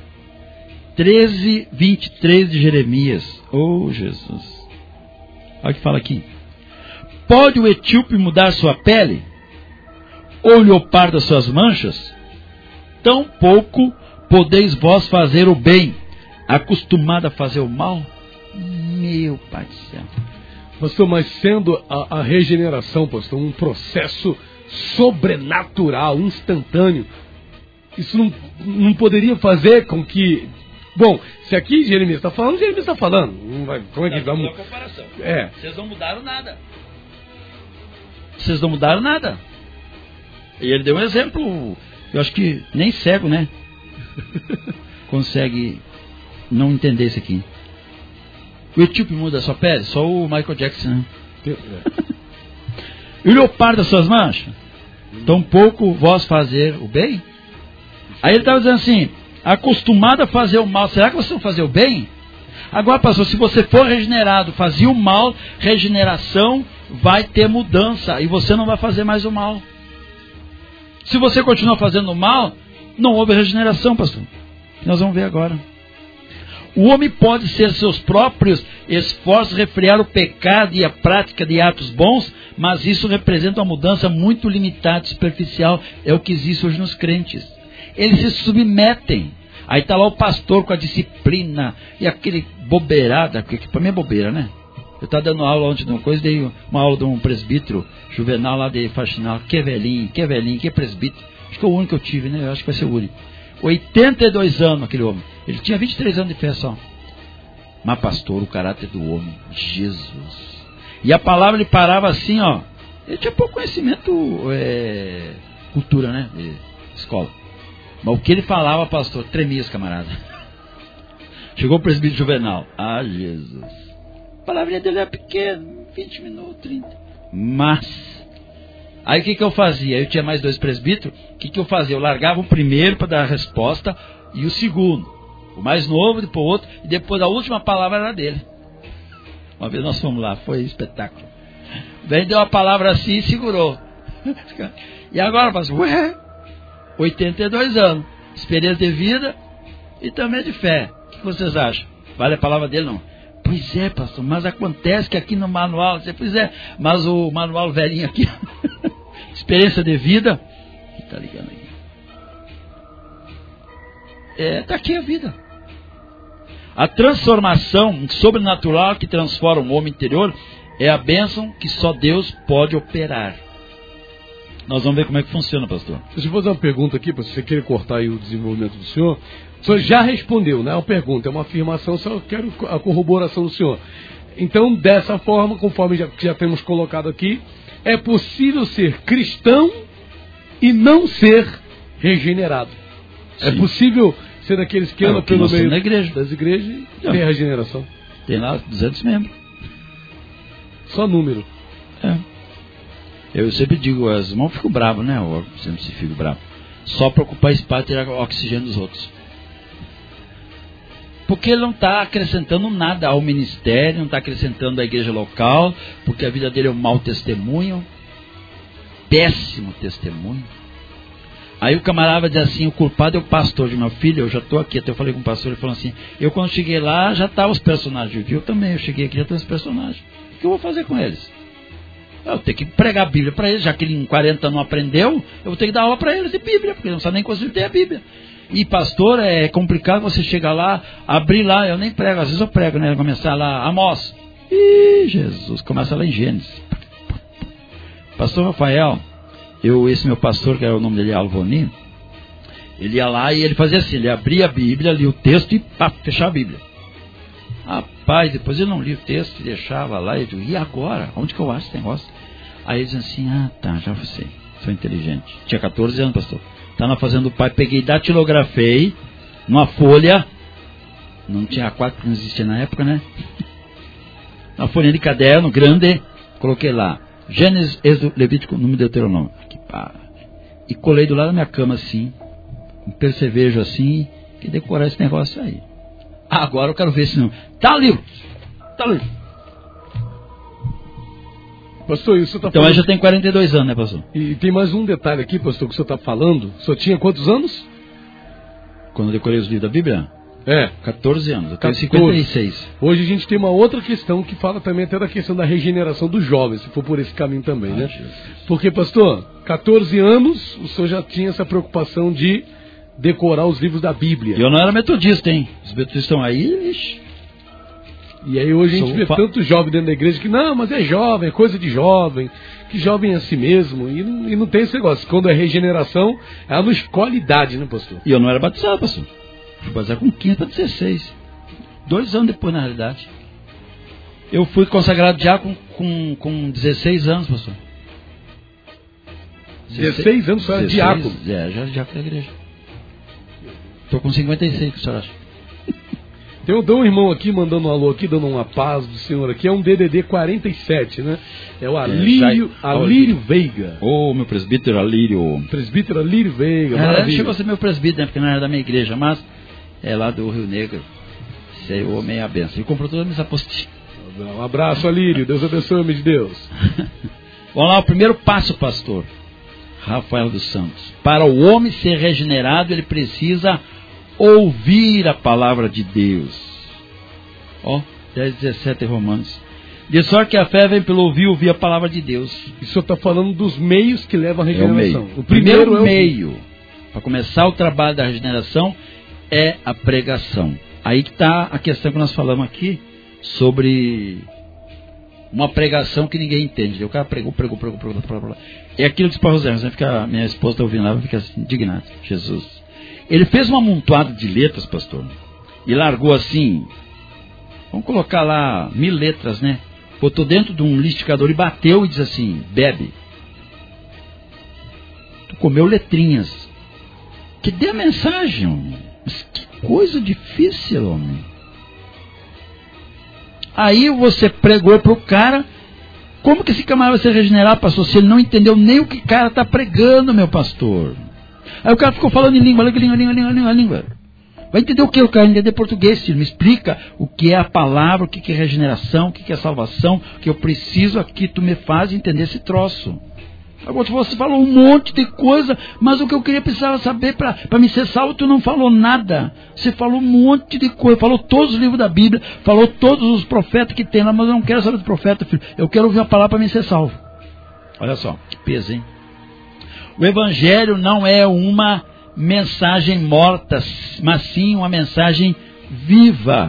C: 13:23 de Jeremias. Oh, Jesus. Olha o que fala aqui. Pode o etíope mudar sua pele? Ou o leopardo das suas manchas? Tampouco podeis vós fazer o bem, acostumado a fazer o mal? Meu Pai do céu.
B: Pastor, mas sendo a regeneração, pastor, um processo sobrenatural, instantâneo, isso não poderia fazer com que... Bom, se aqui Jeremias está falando, Jeremias está falando. Não vai, como é que vamos...
C: comparação.
B: É.
C: Vocês não mudaram nada. Vocês não mudaram nada. E ele deu um exemplo, eu acho que nem cego, né? Consegue não entender isso aqui. O etíope muda a sua pele? Só o Michael Jackson, né? E o leopardo das suas manchas? Tampouco vós fazer o bem? Aí ele estava dizendo assim, acostumado a fazer o mal, será que vocês vão fazer o bem? Agora, pastor, se você for regenerado, fazia o mal, regeneração, vai ter mudança, e você não vai fazer mais o mal. Se você continuar fazendo o mal, não houve regeneração, pastor. Nós vamos ver agora. O homem pode ser seus próprios esforços, refrear o pecado e a prática de atos bons, mas isso representa uma mudança muito limitada, superficial, é o que existe hoje nos crentes. Eles se submetem. Aí está lá o pastor com a disciplina e aquele bobeirada, que para mim é bobeira, né? Eu estava dando aula ontem de uma coisa, dei uma aula de um presbítero juvenal lá de Faxinal, que velhinho, que presbítero. Acho que é o único que eu tive, né? Eu acho que vai ser o único. 82 anos aquele homem. Ele tinha 23 anos de fé só. Mas pastor, o caráter do homem, Jesus. E a palavra ele parava assim, ó. Ele tinha pouco conhecimento, cultura, né? De escola. Mas o que ele falava, pastor, tremia os camaradas. Chegou o presbítero juvenal. Ah, Jesus. A palavrinha dele era pequena, 20 minutos, 30. Mas, aí o que eu fazia? Eu tinha mais 2 presbíteros. O que eu fazia? Eu largava o primeiro para dar a resposta e o segundo. O mais novo, depois o outro. E depois a última palavra era dele. Uma vez nós fomos lá, foi espetáculo. Daí deu a palavra assim e segurou. E agora, pastor, 82 anos. Experiência de vida e também de fé. O que vocês acham? Vale a palavra dele, não? Pois é, pastor, mas acontece que aqui no manual, pois é, mas o manual velhinho aqui, experiência de vida, tá ligando aí. Tá aqui a vida. A transformação sobrenatural que transforma o homem interior é a bênção que só Deus pode operar. Nós vamos ver como é que funciona, pastor.
B: Deixa eu fazer uma pergunta aqui, se você querer cortar aí o desenvolvimento do senhor. O senhor já respondeu, não é uma pergunta, é uma afirmação, só quero a corroboração do senhor. Então, dessa forma, conforme já temos colocado aqui, é possível ser cristão e não ser regenerado. Sim. É possível ser daqueles que andam pelo meio das igrejas e ter regeneração.
C: Tem lá 200 membros.
B: Só número.
C: Eu sempre digo, as irmãos ficam bravos, né? Eu sempre fico bravo. Só para ocupar espaço e tirar o oxigênio dos outros. Porque ele não está acrescentando nada ao ministério, não está acrescentando à igreja local, porque a vida dele é um mau testemunho, péssimo testemunho. Aí o camarada diz assim, o culpado é o pastor de meu filho, eu já estou aqui, até eu falei com o pastor, ele falou assim, eu quando cheguei lá já estavam os personagens, eu também, eu cheguei aqui já estão os personagens, o que eu vou fazer com eles? Eu tenho que pregar a Bíblia para eles, já que ele em 40 não aprendeu, eu vou ter que dar aula para eles de Bíblia, porque eles não sabem nem conseguir ter a Bíblia. E pastor, é complicado você chegar lá, abrir lá, eu nem prego, às vezes eu prego, né? Começar lá, Amós. Ih, Jesus, começa lá em Gênesis. Pastor Rafael, esse meu pastor, que era o nome dele, Alvoni, ele ia lá e ele fazia assim, ele abria a Bíblia, lia o texto e fechava a Bíblia. Rapaz, depois ele não lia o texto, deixava lá, e eu digo, e agora? Onde que eu acho esse negócio? Aí eles dizem assim, tá, já sei, sou inteligente. Tinha 14 anos, pastor. Tá na fazenda do pai, peguei, datilografei, numa folha, não tinha A4 que não existia na época, né? Uma folha de caderno grande, coloquei lá, Gênesis, Êxodo, Levítico, número de Deuteronômio. E colei do lado da minha cama assim, um percevejo assim, e decorar esse negócio aí. Agora eu quero ver se não. Tá livro!
B: Pastor, isso tá
C: então
B: falando...
C: aí já tem 42 anos, né, pastor?
B: E tem mais um detalhe aqui, pastor, que o senhor está falando. O senhor tinha quantos anos?
C: Quando eu decorei os livros da Bíblia? 14 anos, eu tenho 56.
B: Hoje a gente tem uma outra questão que fala também até da questão da regeneração dos jovens, se for por esse caminho também, né?
C: Jesus.
B: Porque, pastor, 14 anos, o senhor já tinha essa preocupação de decorar os livros da Bíblia.
C: Eu não era metodista, hein? Os metodistas estão aí, ixi.
B: E aí hoje a gente vê tanto jovem dentro da igreja que, não, mas é jovem, é coisa de jovem, que jovem é assim mesmo, e não tem esse negócio. Quando é regeneração, ela não escolhe idade, né, pastor?
C: E eu não era batizado, pastor. Fui batizado com 15 para 16. 2 anos depois, na realidade. Eu fui consagrado já com 16 anos, pastor.
B: 16 anos, só era diácono?
C: Já era diácono da igreja. Estou com 56, o que o senhor acha?
B: Tem um irmão aqui mandando um alô aqui, dando uma paz do senhor aqui, é um DDD 47, né? É o Alírio Veiga.
C: Ô, meu presbítero Alírio.
B: Presbítero Alírio Veiga, maravilha.
C: Chegou a ser meu presbítero, né? Porque não era da minha igreja, mas é lá do Rio Negro. Esse o homem é a benção. Ele comprou todas as minhas apostilas.
B: Um abraço, Alírio. Deus abençoe, homem de Deus.
C: Vamos lá, o primeiro passo, pastor Rafael dos Santos. Para o homem ser regenerado, ele precisa ouvir a palavra de Deus. 10:17 Romanos. De sorte que a fé vem pelo ouvir a palavra de Deus.
B: E o senhor está falando dos meios que levam à regeneração.
C: O primeiro meio para começar o trabalho da regeneração é a pregação. Aí que está a questão que nós falamos aqui sobre uma pregação que ninguém entende. O cara pregou. É aquilo que disse para José, minha esposa está ouvindo lá, fica assim, indignada. Jesus. Ele fez uma amontoada de letras, pastor, e largou assim, vamos colocar lá 1000 letras, né? Botou dentro de um liquidificador e bateu e diz assim, bebe. Tu comeu letrinhas. Que dê a mensagem, homem. Mas que coisa difícil, homem. Aí você pregou para o cara, como que esse camarada vai se regenerar, pastor, se ele não entendeu nem o que o cara está pregando, meu pastor? Aí o cara ficou falando em língua. Vai entender o que? O cara entender português, filho. Me explica o que é a palavra, o que é regeneração, o que é salvação, o que eu preciso aqui, tu me faz entender esse troço. Agora você falou um monte de coisa, mas o que eu precisava saber para me ser salvo, tu não falou nada. Você falou um monte de coisa, falou todos os livros da Bíblia, falou todos os profetas que tem lá, mas eu não quero saber dos profetas, filho. Eu quero ouvir a palavra para me ser salvo. Olha só, que peso, hein? O Evangelho não é uma mensagem morta, mas sim uma mensagem viva.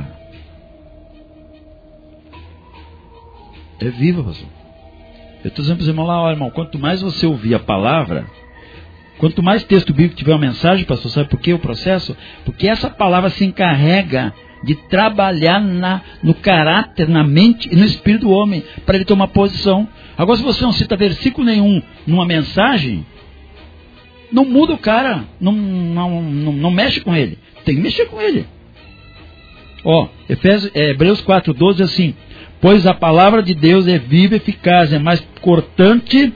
C: É viva, pastor. Eu estou dizendo para os irmãos lá, olha, irmão, quanto mais você ouvir a palavra, quanto mais texto bíblico tiver uma mensagem, pastor, sabe por que o processo? Porque essa palavra se encarrega de trabalhar no caráter, na mente e no espírito do homem, para ele tomar posição. Agora, se você não cita versículo nenhum numa mensagem, não muda o cara, não mexe com ele. Tem que mexer com ele. Hebreus 4:12 assim, pois a palavra de Deus é viva e eficaz, é mais cortante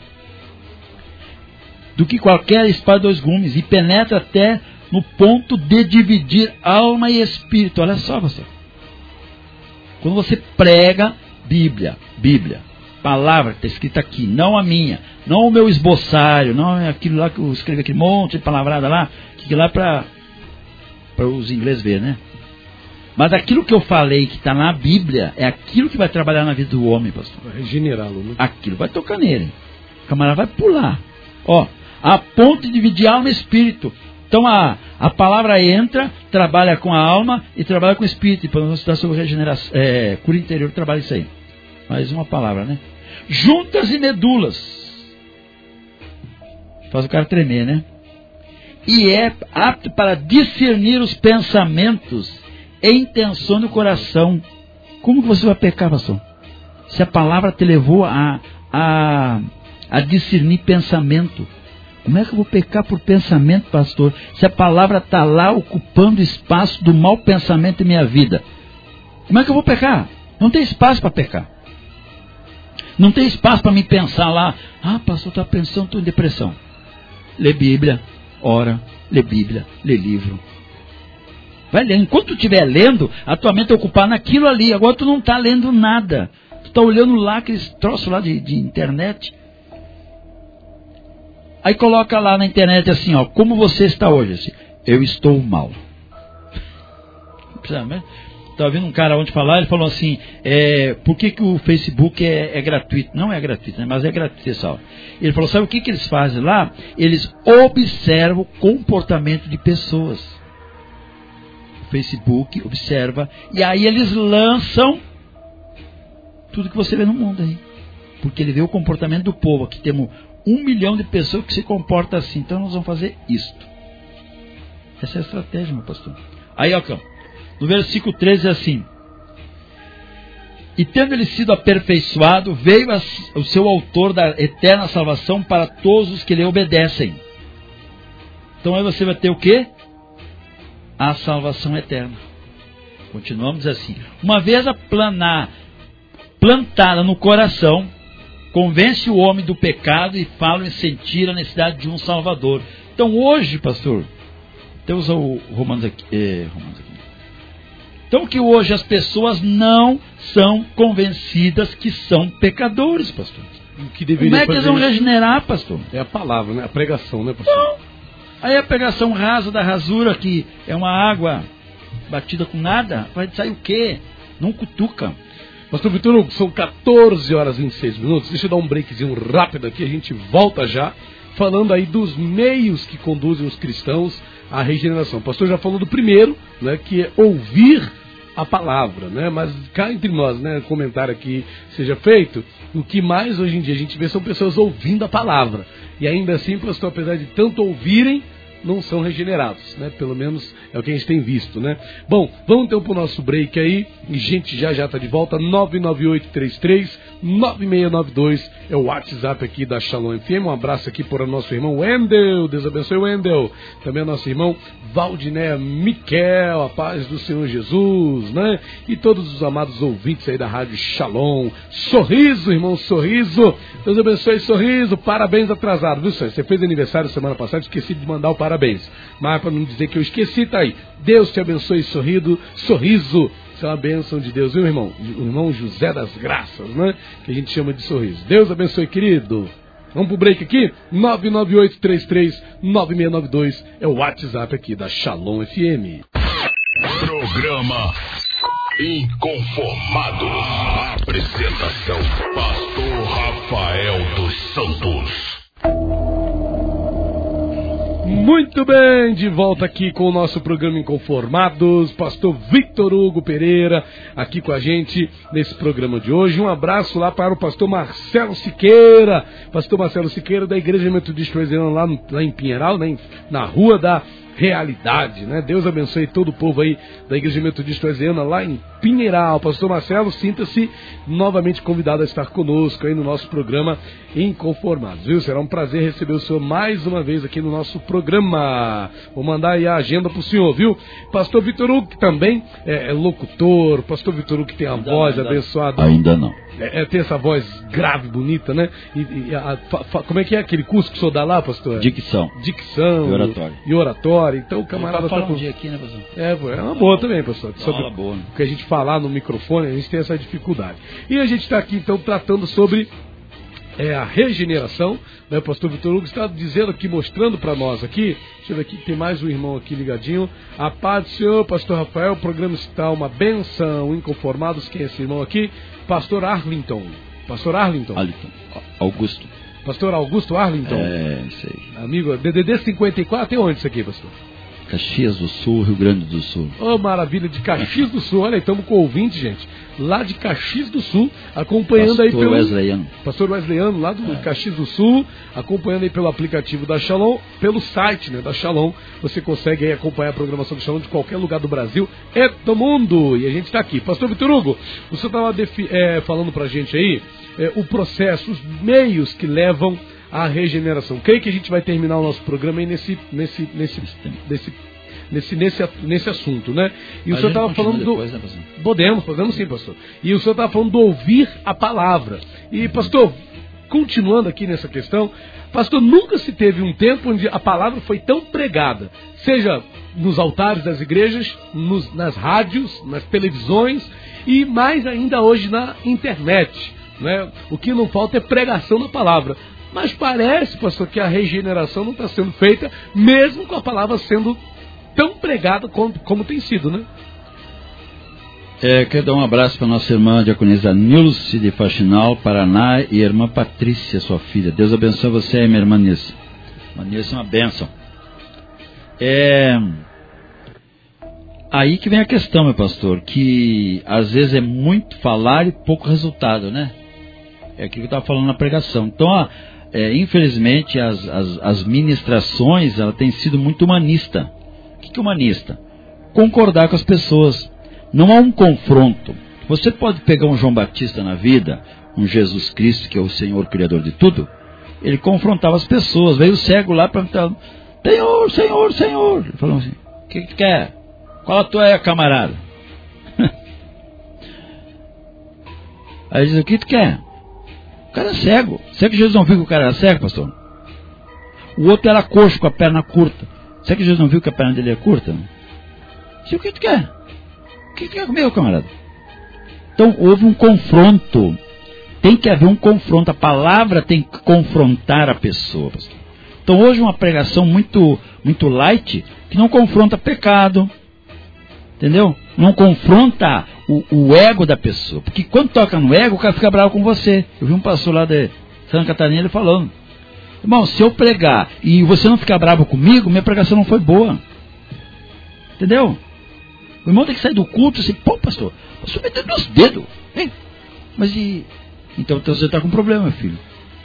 C: do que qualquer espada de 2 gumes, e penetra até no ponto de dividir alma e espírito. Olha só, você. Quando você prega Bíblia, palavra que está escrita aqui, não a minha, não o meu esboçário, não é aquilo lá que eu escrevi, aquele monte de palavrada lá, que lá para os ingleses verem, né? Mas aquilo que eu falei que está na Bíblia é aquilo que vai trabalhar na vida do homem, pastor.
B: Vai regenerá-lo, né?
C: Aquilo vai tocar nele. O camarada vai pular. A ponto de dividir alma e espírito. Então a palavra entra, trabalha com a alma e trabalha com o espírito. E para nós estudar sobre regeneração, cura interior, trabalha isso aí. Mais uma palavra, né? Juntas e medulas. Faz o cara tremer, né? E é apto para discernir os pensamentos e intenção do coração. Como que você vai pecar, pastor? Se a palavra te levou a discernir pensamento. Como é que eu vou pecar por pensamento, pastor? Se a palavra está lá ocupando espaço do mau pensamento em minha vida. Como é que eu vou pecar? Não tem espaço para pecar. Não tem espaço para me pensar lá. Pastor, está pensando, estou em depressão. Lê Bíblia, ora, lê Bíblia, lê livro. Vai ler. Enquanto tu estiver lendo, a tua mente é ocupada naquilo ali. Agora tu não está lendo nada. Tu está olhando lá aqueles troços lá de internet. Aí coloca lá na internet assim, ó, como você está hoje? Assim, eu estou mal. Estava vendo um cara ontem falar, ele falou assim, por que o Facebook é gratuito? Não é gratuito, né? Mas é gratuito, pessoal. Ele falou, sabe o que eles fazem lá? Eles observam o comportamento de pessoas. O Facebook observa, e aí eles lançam tudo que você vê no mundo aí. Porque ele vê o comportamento do povo. Aqui temos 1 milhão de pessoas que se comportam assim. Então nós vamos fazer isto. Essa é a estratégia, meu pastor. Aí, ó, no versículo 13 é assim. E tendo ele sido aperfeiçoado, veio o seu autor da eterna salvação para todos os que lhe obedecem. Então aí você vai ter o quê? A salvação eterna. Continuamos assim. Uma vez plantada no coração, convence o homem do pecado e fala em sentir a necessidade de um Salvador. Então hoje, pastor, temos o Romanos aqui. Então que hoje as pessoas não são convencidas que são pecadores, pastor. Como é que eles vão regenerar, pastor?
B: É a palavra, né? A pregação, né, pastor?
C: Não. Aí a pregação rasa da rasura, que é uma água batida com nada, vai sair o quê? Não cutuca.
B: Pastor Vitor Hugo, são 14 horas e 26 minutos. Deixa eu dar um breakzinho rápido aqui, a gente volta já, falando aí dos meios que conduzem os cristãos à regeneração. O pastor já falou do primeiro, né, que é ouvir a palavra, né? Mas cá entre nós, né, comentário aqui seja feito, o que mais hoje em dia a gente vê são pessoas ouvindo a palavra. E ainda assim, pastor, apesar de tanto ouvirem, não são regenerados, né? Pelo menos é o que a gente tem visto, né? Bom, vamos então para o nosso break aí, e gente já está de volta, 99833-9692 é o WhatsApp aqui da Shalom FM. Um abraço aqui para o nosso irmão Wendel, Deus abençoe o Wendel, também o nosso irmão Valdiné Miquel, a paz do Senhor Jesus, né? E todos os amados ouvintes aí da Rádio Shalom, Sorriso, irmão Sorriso, Deus abençoe Sorriso, parabéns atrasado, viu senhor? Você fez aniversário semana passada, esqueci de mandar o parabéns, mas para não dizer que eu esqueci, tá aí. Deus te abençoe, Sorriso. Isso é uma bênção de Deus, viu, irmão? O irmão José das Graças, né? Que a gente chama de Sorriso. Deus abençoe, querido. Vamos pro break aqui? 99833-9692 é o WhatsApp aqui da Shalom FM.
A: Programa Inconformados. Apresentação: Pastor Rafael dos Santos.
B: Muito bem, de volta aqui com o nosso programa Inconformados, pastor Vitor Hugo Pereira, aqui com a gente nesse programa de hoje. Um abraço lá para o pastor Marcelo Siqueira, da Igreja Metodista Presbiteriana lá em Pinheiral, né, na Rua da Realidade, né? Deus abençoe todo o povo aí da Igreja Metodista Presbiteriana lá em Pinheiral. Pastor Marcelo, sinta-se novamente convidado a estar conosco aí no nosso programa Inconformados, viu? Será um prazer receber o senhor mais uma vez aqui no nosso programa. Vou mandar aí a agenda pro senhor, viu? Pastor Vitor Hugo, que também é locutor, pastor Vitor Hugo que tem a voz abençoada.
C: Ainda não.
B: Tem essa voz grave, bonita, né? Como é que é aquele curso que o senhor dá lá, pastor?
C: Dicção.
B: E oratório. Então o camarada
C: tá com... um dia aqui, né, pastor?
B: É uma boa também, pastor.
C: Sobre boa, né?
B: O que a gente falar no microfone, a gente tem essa dificuldade. E a gente está aqui, então, tratando sobre a regeneração, né? O pastor Vitor Hugo está dizendo aqui, mostrando para nós aqui. Deixa eu ver aqui, tem mais um irmão aqui ligadinho. A paz do Senhor, pastor Rafael, o programa está uma benção. Inconformados, quem é esse irmão aqui? Pastor Arlington.
C: Augusto.
B: Pastor Augusto Arlington.
C: Isso aí.
B: Amigo, DDD 54, tem onde isso aqui, pastor?
C: Caxias do Sul, Rio Grande do Sul.
B: Ô, maravilha, de Caxias do Sul. Olha, estamos com o ouvinte, gente, lá de Caxias do Sul, acompanhando
C: Pastor
B: aí pelo...
C: Wesleyano.
B: Pastor Wesleyano, lá do Caxias do Sul, acompanhando aí pelo aplicativo da Shalom, pelo site, né, da Shalom. Você consegue aí acompanhar a programação do Shalom de qualquer lugar do Brasil e do mundo. E a gente está aqui. Pastor Vitor Hugo, o senhor estava falando pra gente aí o processo, os meios que levam à regeneração. Creio que a gente vai terminar o nosso programa aí nesse assunto, né? E o senhor estava falando
C: depois,
B: do...
C: né, pastor?
B: Podemos sim, pastor. E o senhor estava falando do ouvir a palavra. E, pastor, continuando aqui nessa questão, pastor, nunca se teve um tempo onde a palavra foi tão pregada, seja nos altares das igrejas, nas rádios, nas televisões e mais ainda hoje na internet, né? O que não falta é pregação da palavra. Mas parece, pastor, que a regeneração não está sendo feita, mesmo com a palavra sendo tão pregada como tem sido, né?
C: Quero dar um abraço para nossa irmã diaconisa Nilce de Faxinal, Paraná, e a irmã Patrícia, sua filha. Deus abençoe você, minha irmã Nilce. A Nilce é uma bênção. Aí que vem a questão, meu pastor, que às vezes é muito falar e pouco resultado, né? É aquilo que eu estava falando na pregação. Então, infelizmente, as ministrações, ela tem sido muito humanista. O que é humanista? Concordar com as pessoas. Não há um confronto. Você pode pegar um João Batista na vida, um Jesus Cristo, que é o Senhor Criador de tudo. Ele confrontava as pessoas. Veio o cego lá perguntando: Senhor, Senhor, Senhor. Ele falou assim: o que tu quer? Qual a tua camarada? Aí ele diz: o que tu quer? O cara é cego. Será que Jesus não viu que o cara era cego, pastor? O outro era coxo, com a perna curta. Será que Jesus não viu que a perna dele é curta? Disse: o que tu quer? O que tu quer comigo, camarada? Então houve um confronto. Tem que haver um confronto. A palavra tem que confrontar a pessoa, pastor. Então hoje uma pregação muito light, que não confronta pecado. Entendeu? Não confronta o ego da pessoa. Porque quando toca no ego, o cara fica bravo com você. Eu vi um pastor lá de Santa Catarina, ele falando: irmão, se eu pregar e você não ficar bravo comigo, minha pregação não foi boa. Entendeu? O irmão tem que sair do culto e assim: pô, pastor meteu nos dedos. Hein? Mas e... Então você está com um problema, meu filho.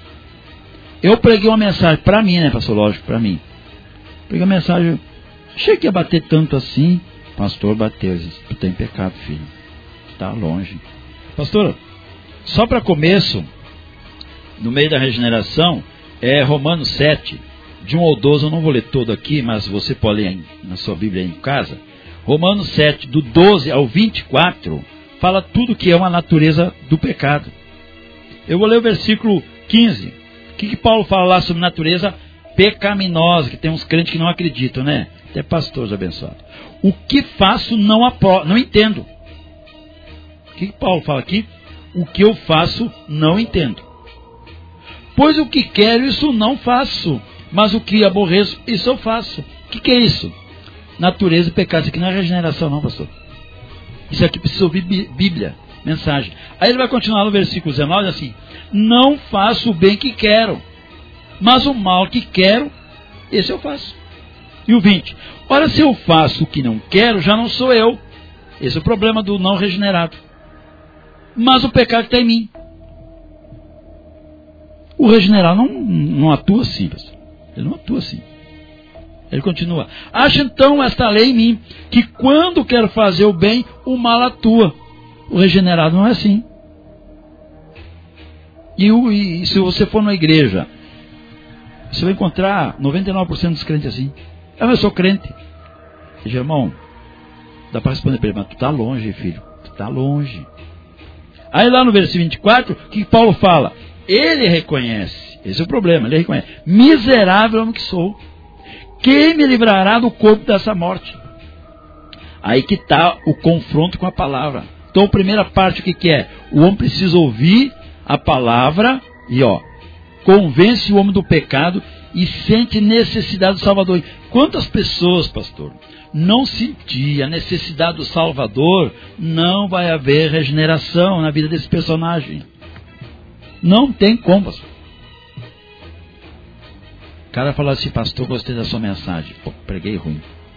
C: Eu preguei uma mensagem para mim, né, pastor? Lógico, para mim. Preguei uma mensagem, achei que ia bater tanto assim. Pastor, bateu. Tu tem pecado, filho. Está longe. Pastor, só para começo, no meio da regeneração, Romanos 7, de 1 ao 12, eu não vou ler todo aqui, mas você pode ler na sua Bíblia aí em casa. Romanos 7, do 12 ao 24, fala tudo que é uma natureza do pecado. Eu vou ler o versículo 15. O que Paulo fala lá sobre natureza pecaminosa, que tem uns crentes que não acreditam, né? Até pastores abençoados. O que faço não entendo. O que Paulo fala aqui? O que eu faço não entendo. Pois o que quero, isso não faço. Mas o que aborreço, isso eu faço. O que é isso? Natureza e pecado. Isso aqui não é regeneração não, pastor. Isso aqui precisa ouvir Bíblia, mensagem. Aí ele vai continuar no versículo 19 assim: não faço o bem que quero, mas o mal que quero, esse eu faço. E o 20: ora, se eu faço o que não quero, já não sou eu. Esse é o problema do não regenerado. Mas o pecado está em mim. O regenerado não atua assim, pastor. Ele não atua assim. Ele continua: acha então esta lei em mim, que quando quero fazer o bem, o mal atua. O regenerado não é assim. E se você for na igreja, você vai encontrar 99% dos crentes assim. Eu sou crente. Diz: irmão, dá para responder para ele: mas tu está longe, filho. Tu está longe. Aí lá no versículo 24, o que Paulo fala? Ele reconhece. Esse é o problema, ele reconhece: miserável homem que sou. Quem me livrará do corpo dessa morte? Aí que está o confronto com a palavra. Então a primeira parte, o que é? O homem precisa ouvir a palavra e convence o homem do pecado e sente necessidade do Salvador. Quantas pessoas, pastor, não sentir a necessidade do Salvador, não vai haver regeneração na vida desse personagem. Não tem como, pastor. O cara fala assim: pastor, gostei da sua mensagem. Pô, preguei ruim.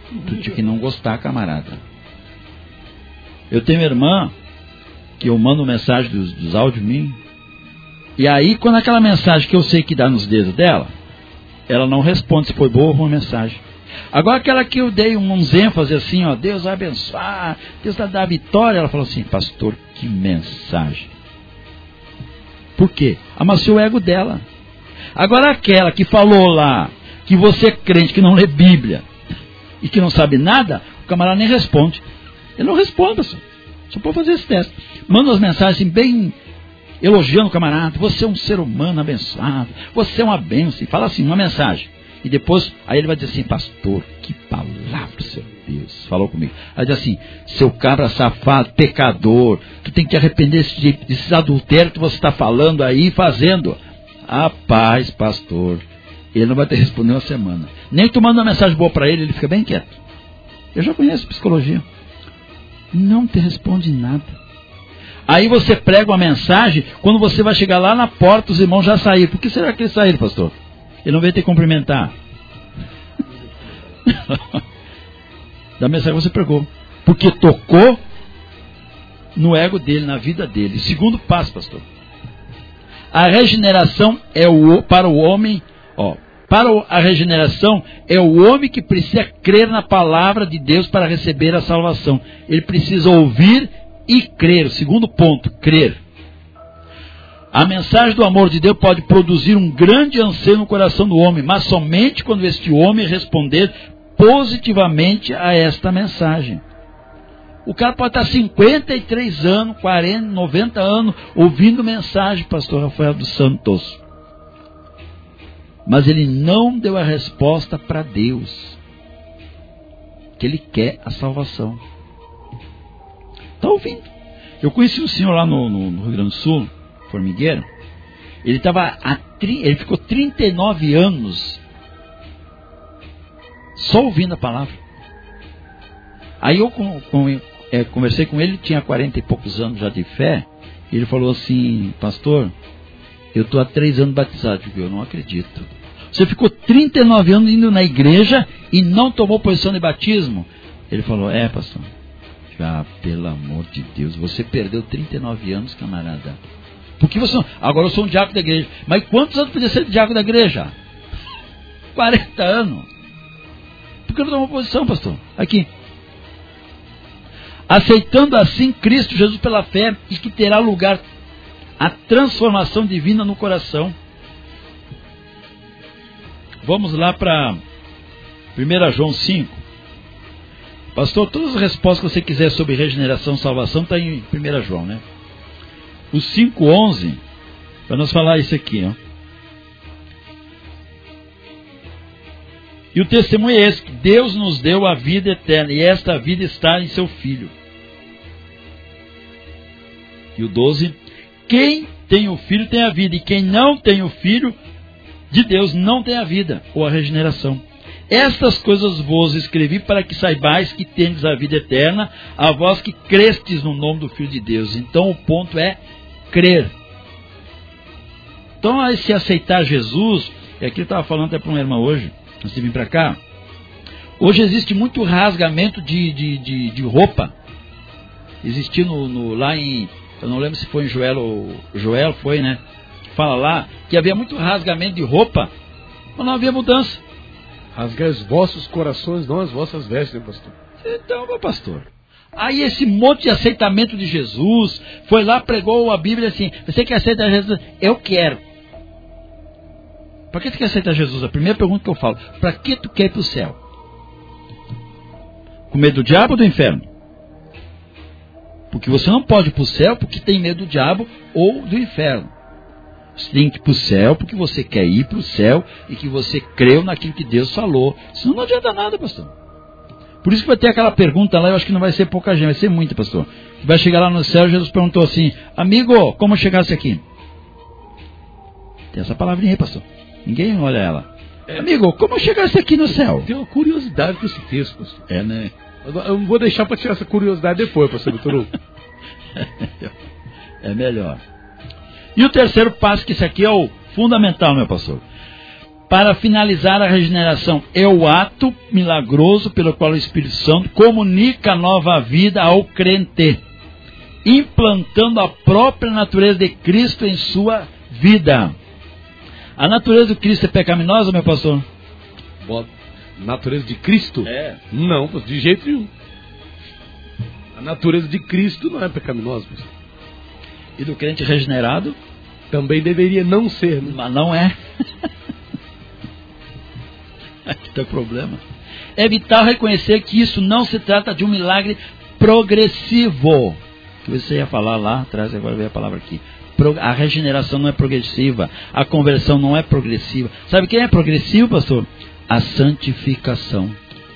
C: Tu tinha que não gostar, camarada. Eu tenho irmã que eu mando mensagem dos áudios mim. E aí, quando aquela mensagem que eu sei que dá nos dedos dela, ela não responde se foi boa ou ruim a mensagem. Agora aquela que eu dei uns ênfase assim, ó, Deus vai abençoar, Deus vai dar a vitória, ela falou assim, pastor, que mensagem. Por quê? Amaciou o ego dela. Agora aquela que falou lá, que você é crente, que não lê Bíblia, e que não sabe nada, o camarada nem responde. Ele não responde, pessoal. Só pode fazer esse teste. Manda umas mensagens assim, bem elogiando o camarada. Você é um ser humano abençoado. Você é uma bênção. E fala assim, uma mensagem. E depois, aí ele vai dizer assim, pastor, que palavra, seu Deus. Falou comigo. Aí diz assim, seu cabra safado, pecador. Tu tem que te arrepender desses adultérios que você está falando aí, fazendo. A paz, pastor. Ele não vai te responder uma semana. Nem tu manda uma mensagem boa para ele, ele fica bem quieto. Eu já conheço psicologia. Não te responde nada. Aí você prega uma mensagem, quando você vai chegar lá na porta, os irmãos já saíram. Por que será que eles saíram, pastor? Ele não veio te cumprimentar. Da mensagem que você pregou. Porque tocou no ego dele, na vida dele. Segundo passo, pastor. A regeneração é para o homem, a regeneração é o homem que precisa crer na palavra de Deus para receber a salvação. Ele precisa ouvir e crer. O segundo ponto, crer. A mensagem do amor de Deus pode produzir um grande anseio no coração do homem, mas somente quando este homem responder positivamente a esta mensagem. O cara pode estar 53 anos, 40, 90 anos, ouvindo mensagem, pastor Rafael dos Santos. Mas ele não deu a resposta para Deus. Que ele quer a salvação. Está ouvindo? Eu conheci um senhor lá no Rio Grande do Sul, formigueiro. Ele ficou 39 anos só ouvindo a palavra. Aí eu conversei com ele, tinha 40 e poucos anos já de fé. E ele falou assim, pastor, eu estou há 3 anos batizado. Eu não acredito. Você ficou 39 anos indo na igreja e não tomou posição de batismo? Ele falou, pastor. Pelo amor de Deus, você perdeu 39 anos, camarada. Por que você não... Agora eu sou um diácono da igreja. Mas quantos anos podia ser diácono da igreja? 40 anos. Por que não tomou posição, pastor? Aqui. Aceitando assim Cristo Jesus pela fé, e que terá lugar a transformação divina no coração. Vamos lá para 1 João 5. Pastor, todas as respostas que você quiser sobre regeneração e salvação está em 1 João, né? O 5:11, para nós falar isso aqui, ó. E o testemunho é esse, que Deus nos deu a vida eterna, e esta vida está em seu Filho. E o 12, quem tem o Filho tem a vida, e quem não tem o Filho de Deus não tem a vida, ou a regeneração. Estas coisas vos escrevi para que saibais que tendes a vida eterna, a vós que crestes no nome do Filho de Deus. Então o ponto é crer. Então, se aceitar Jesus, é aquilo que eu estava falando até para uma irmã hoje, antes de vir para cá. Hoje existe muito rasgamento de roupa. Existia lá em, eu não lembro se foi em Joel foi, né? Que fala lá que havia muito rasgamento de roupa, mas não havia mudança.
B: Rasgai os vossos corações, não as vossas vestes, né, pastor?
C: Então, meu pastor. Aí esse monte de aceitamento de Jesus, foi lá, pregou a Bíblia assim, você quer aceitar Jesus? Eu quero. Para que tu quer aceitar Jesus? A primeira pergunta que eu falo, para que tu quer ir para o céu? Com medo do diabo ou do inferno? Porque você não pode ir para o céu porque tem medo do diabo ou do inferno. Você tem que ir para o céu porque você quer ir para o céu e que você creu naquilo que Deus falou. Senão não adianta nada, pastor. Por isso que vai ter aquela pergunta lá, eu acho que não vai ser pouca gente, vai ser muita, pastor. Vai chegar lá no céu, Jesus perguntou assim, amigo, como chegasse aqui? Tem essa palavrinha aí, pastor. Ninguém olha ela. Amigo, como chegasse aqui no céu?
B: Tem uma curiosidade com esse texto, pastor.
C: É, né?
B: Eu não vou deixar para tirar essa curiosidade depois, pastor Vitor.
C: É melhor. E o terceiro passo, que isso aqui é o fundamental, meu pastor. Para finalizar, a regeneração é o ato milagroso pelo qual o Espírito Santo comunica a nova vida ao crente, implantando a própria natureza de Cristo em sua vida. A natureza do Cristo é pecaminosa, meu pastor?
B: Natureza de Cristo?
C: É.
B: Não, de jeito nenhum. A natureza de Cristo não é pecaminosa, pastor.
C: E do crente regenerado?
B: Também deveria não ser, né?
C: Mas não é. Aqui está o problema. É vital reconhecer que isso não se trata de um milagre progressivo. Que você ia falar lá atrás, agora veio a palavra aqui. A regeneração não é progressiva. A conversão não é progressiva. Sabe quem é progressivo, pastor? A santificação.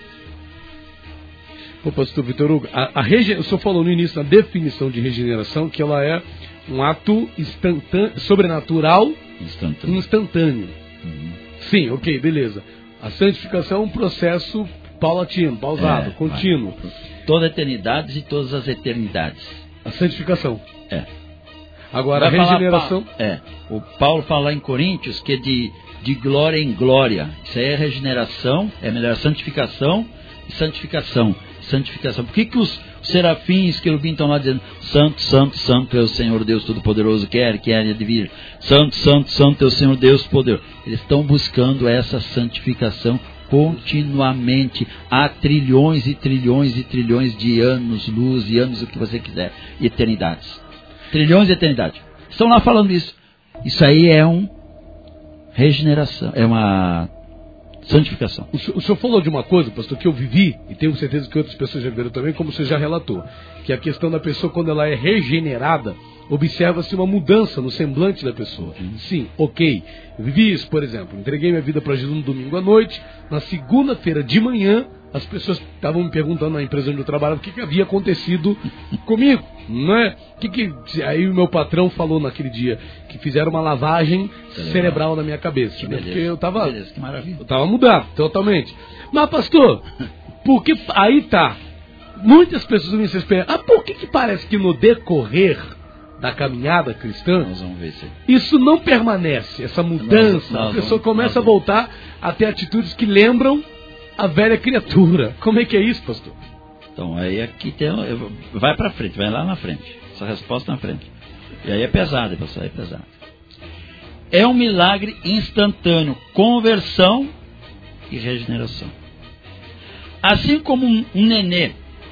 B: Ô, pastor Vitor Hugo, o senhor falou no início, na definição de regeneração, que ela é um ato sobrenatural instantâneo. Sim, ok, beleza. A santificação é um processo paulatino, pausado, contínuo.
C: Toda a eternidade e todas as eternidades.
B: A santificação.
C: É.
B: Agora, a regeneração...
C: O Paulo fala em Coríntios que é de glória em glória. Isso aí é regeneração, santificação e santificação. Santificação. Por que os serafins, querubins estão lá dizendo: Santo, Santo, Santo é o Senhor Deus Todo-Poderoso, que há de vir. Santo, Santo, Santo é o Senhor Deus Poderoso. Eles estão buscando essa santificação continuamente. Há trilhões e trilhões e trilhões de anos, luz e anos, o que você quiser, e eternidades. Trilhões de eternidade. Estão lá falando isso. Isso aí é uma regeneração, é uma santificação.
B: O senhor falou de uma coisa, pastor, que eu vivi, e tenho certeza que outras pessoas já viram também, como você já relatou, que é a questão da pessoa, quando ela é regenerada, observa-se uma mudança no semblante da pessoa. Sim, ok. Eu vivi isso, por exemplo. Entreguei minha vida para Jesus no domingo à noite. Na segunda-feira de manhã, as pessoas estavam me perguntando na empresa onde eu trabalhava o que havia acontecido comigo, não é? Aí o meu patrão falou naquele dia que fizeram uma lavagem cerebral na minha cabeça.
C: Que beleza,
B: porque eu estava...
C: que maravilha.
B: Eu estava mudado, totalmente. Mas, pastor, porque aí tá. Muitas pessoas me esperam. Por que parece que no decorrer da caminhada cristã,
C: nós vamos ver
B: isso não permanece, essa mudança? A pessoa começa a voltar a ter atitudes que lembram a velha criatura. Como é que é isso, pastor?
C: Então, aí aqui tem... Vai para frente, vai lá na frente. Essa resposta na frente. E aí é pesado, pastor, é pesado. É um milagre instantâneo, conversão e regeneração. Assim como um nenê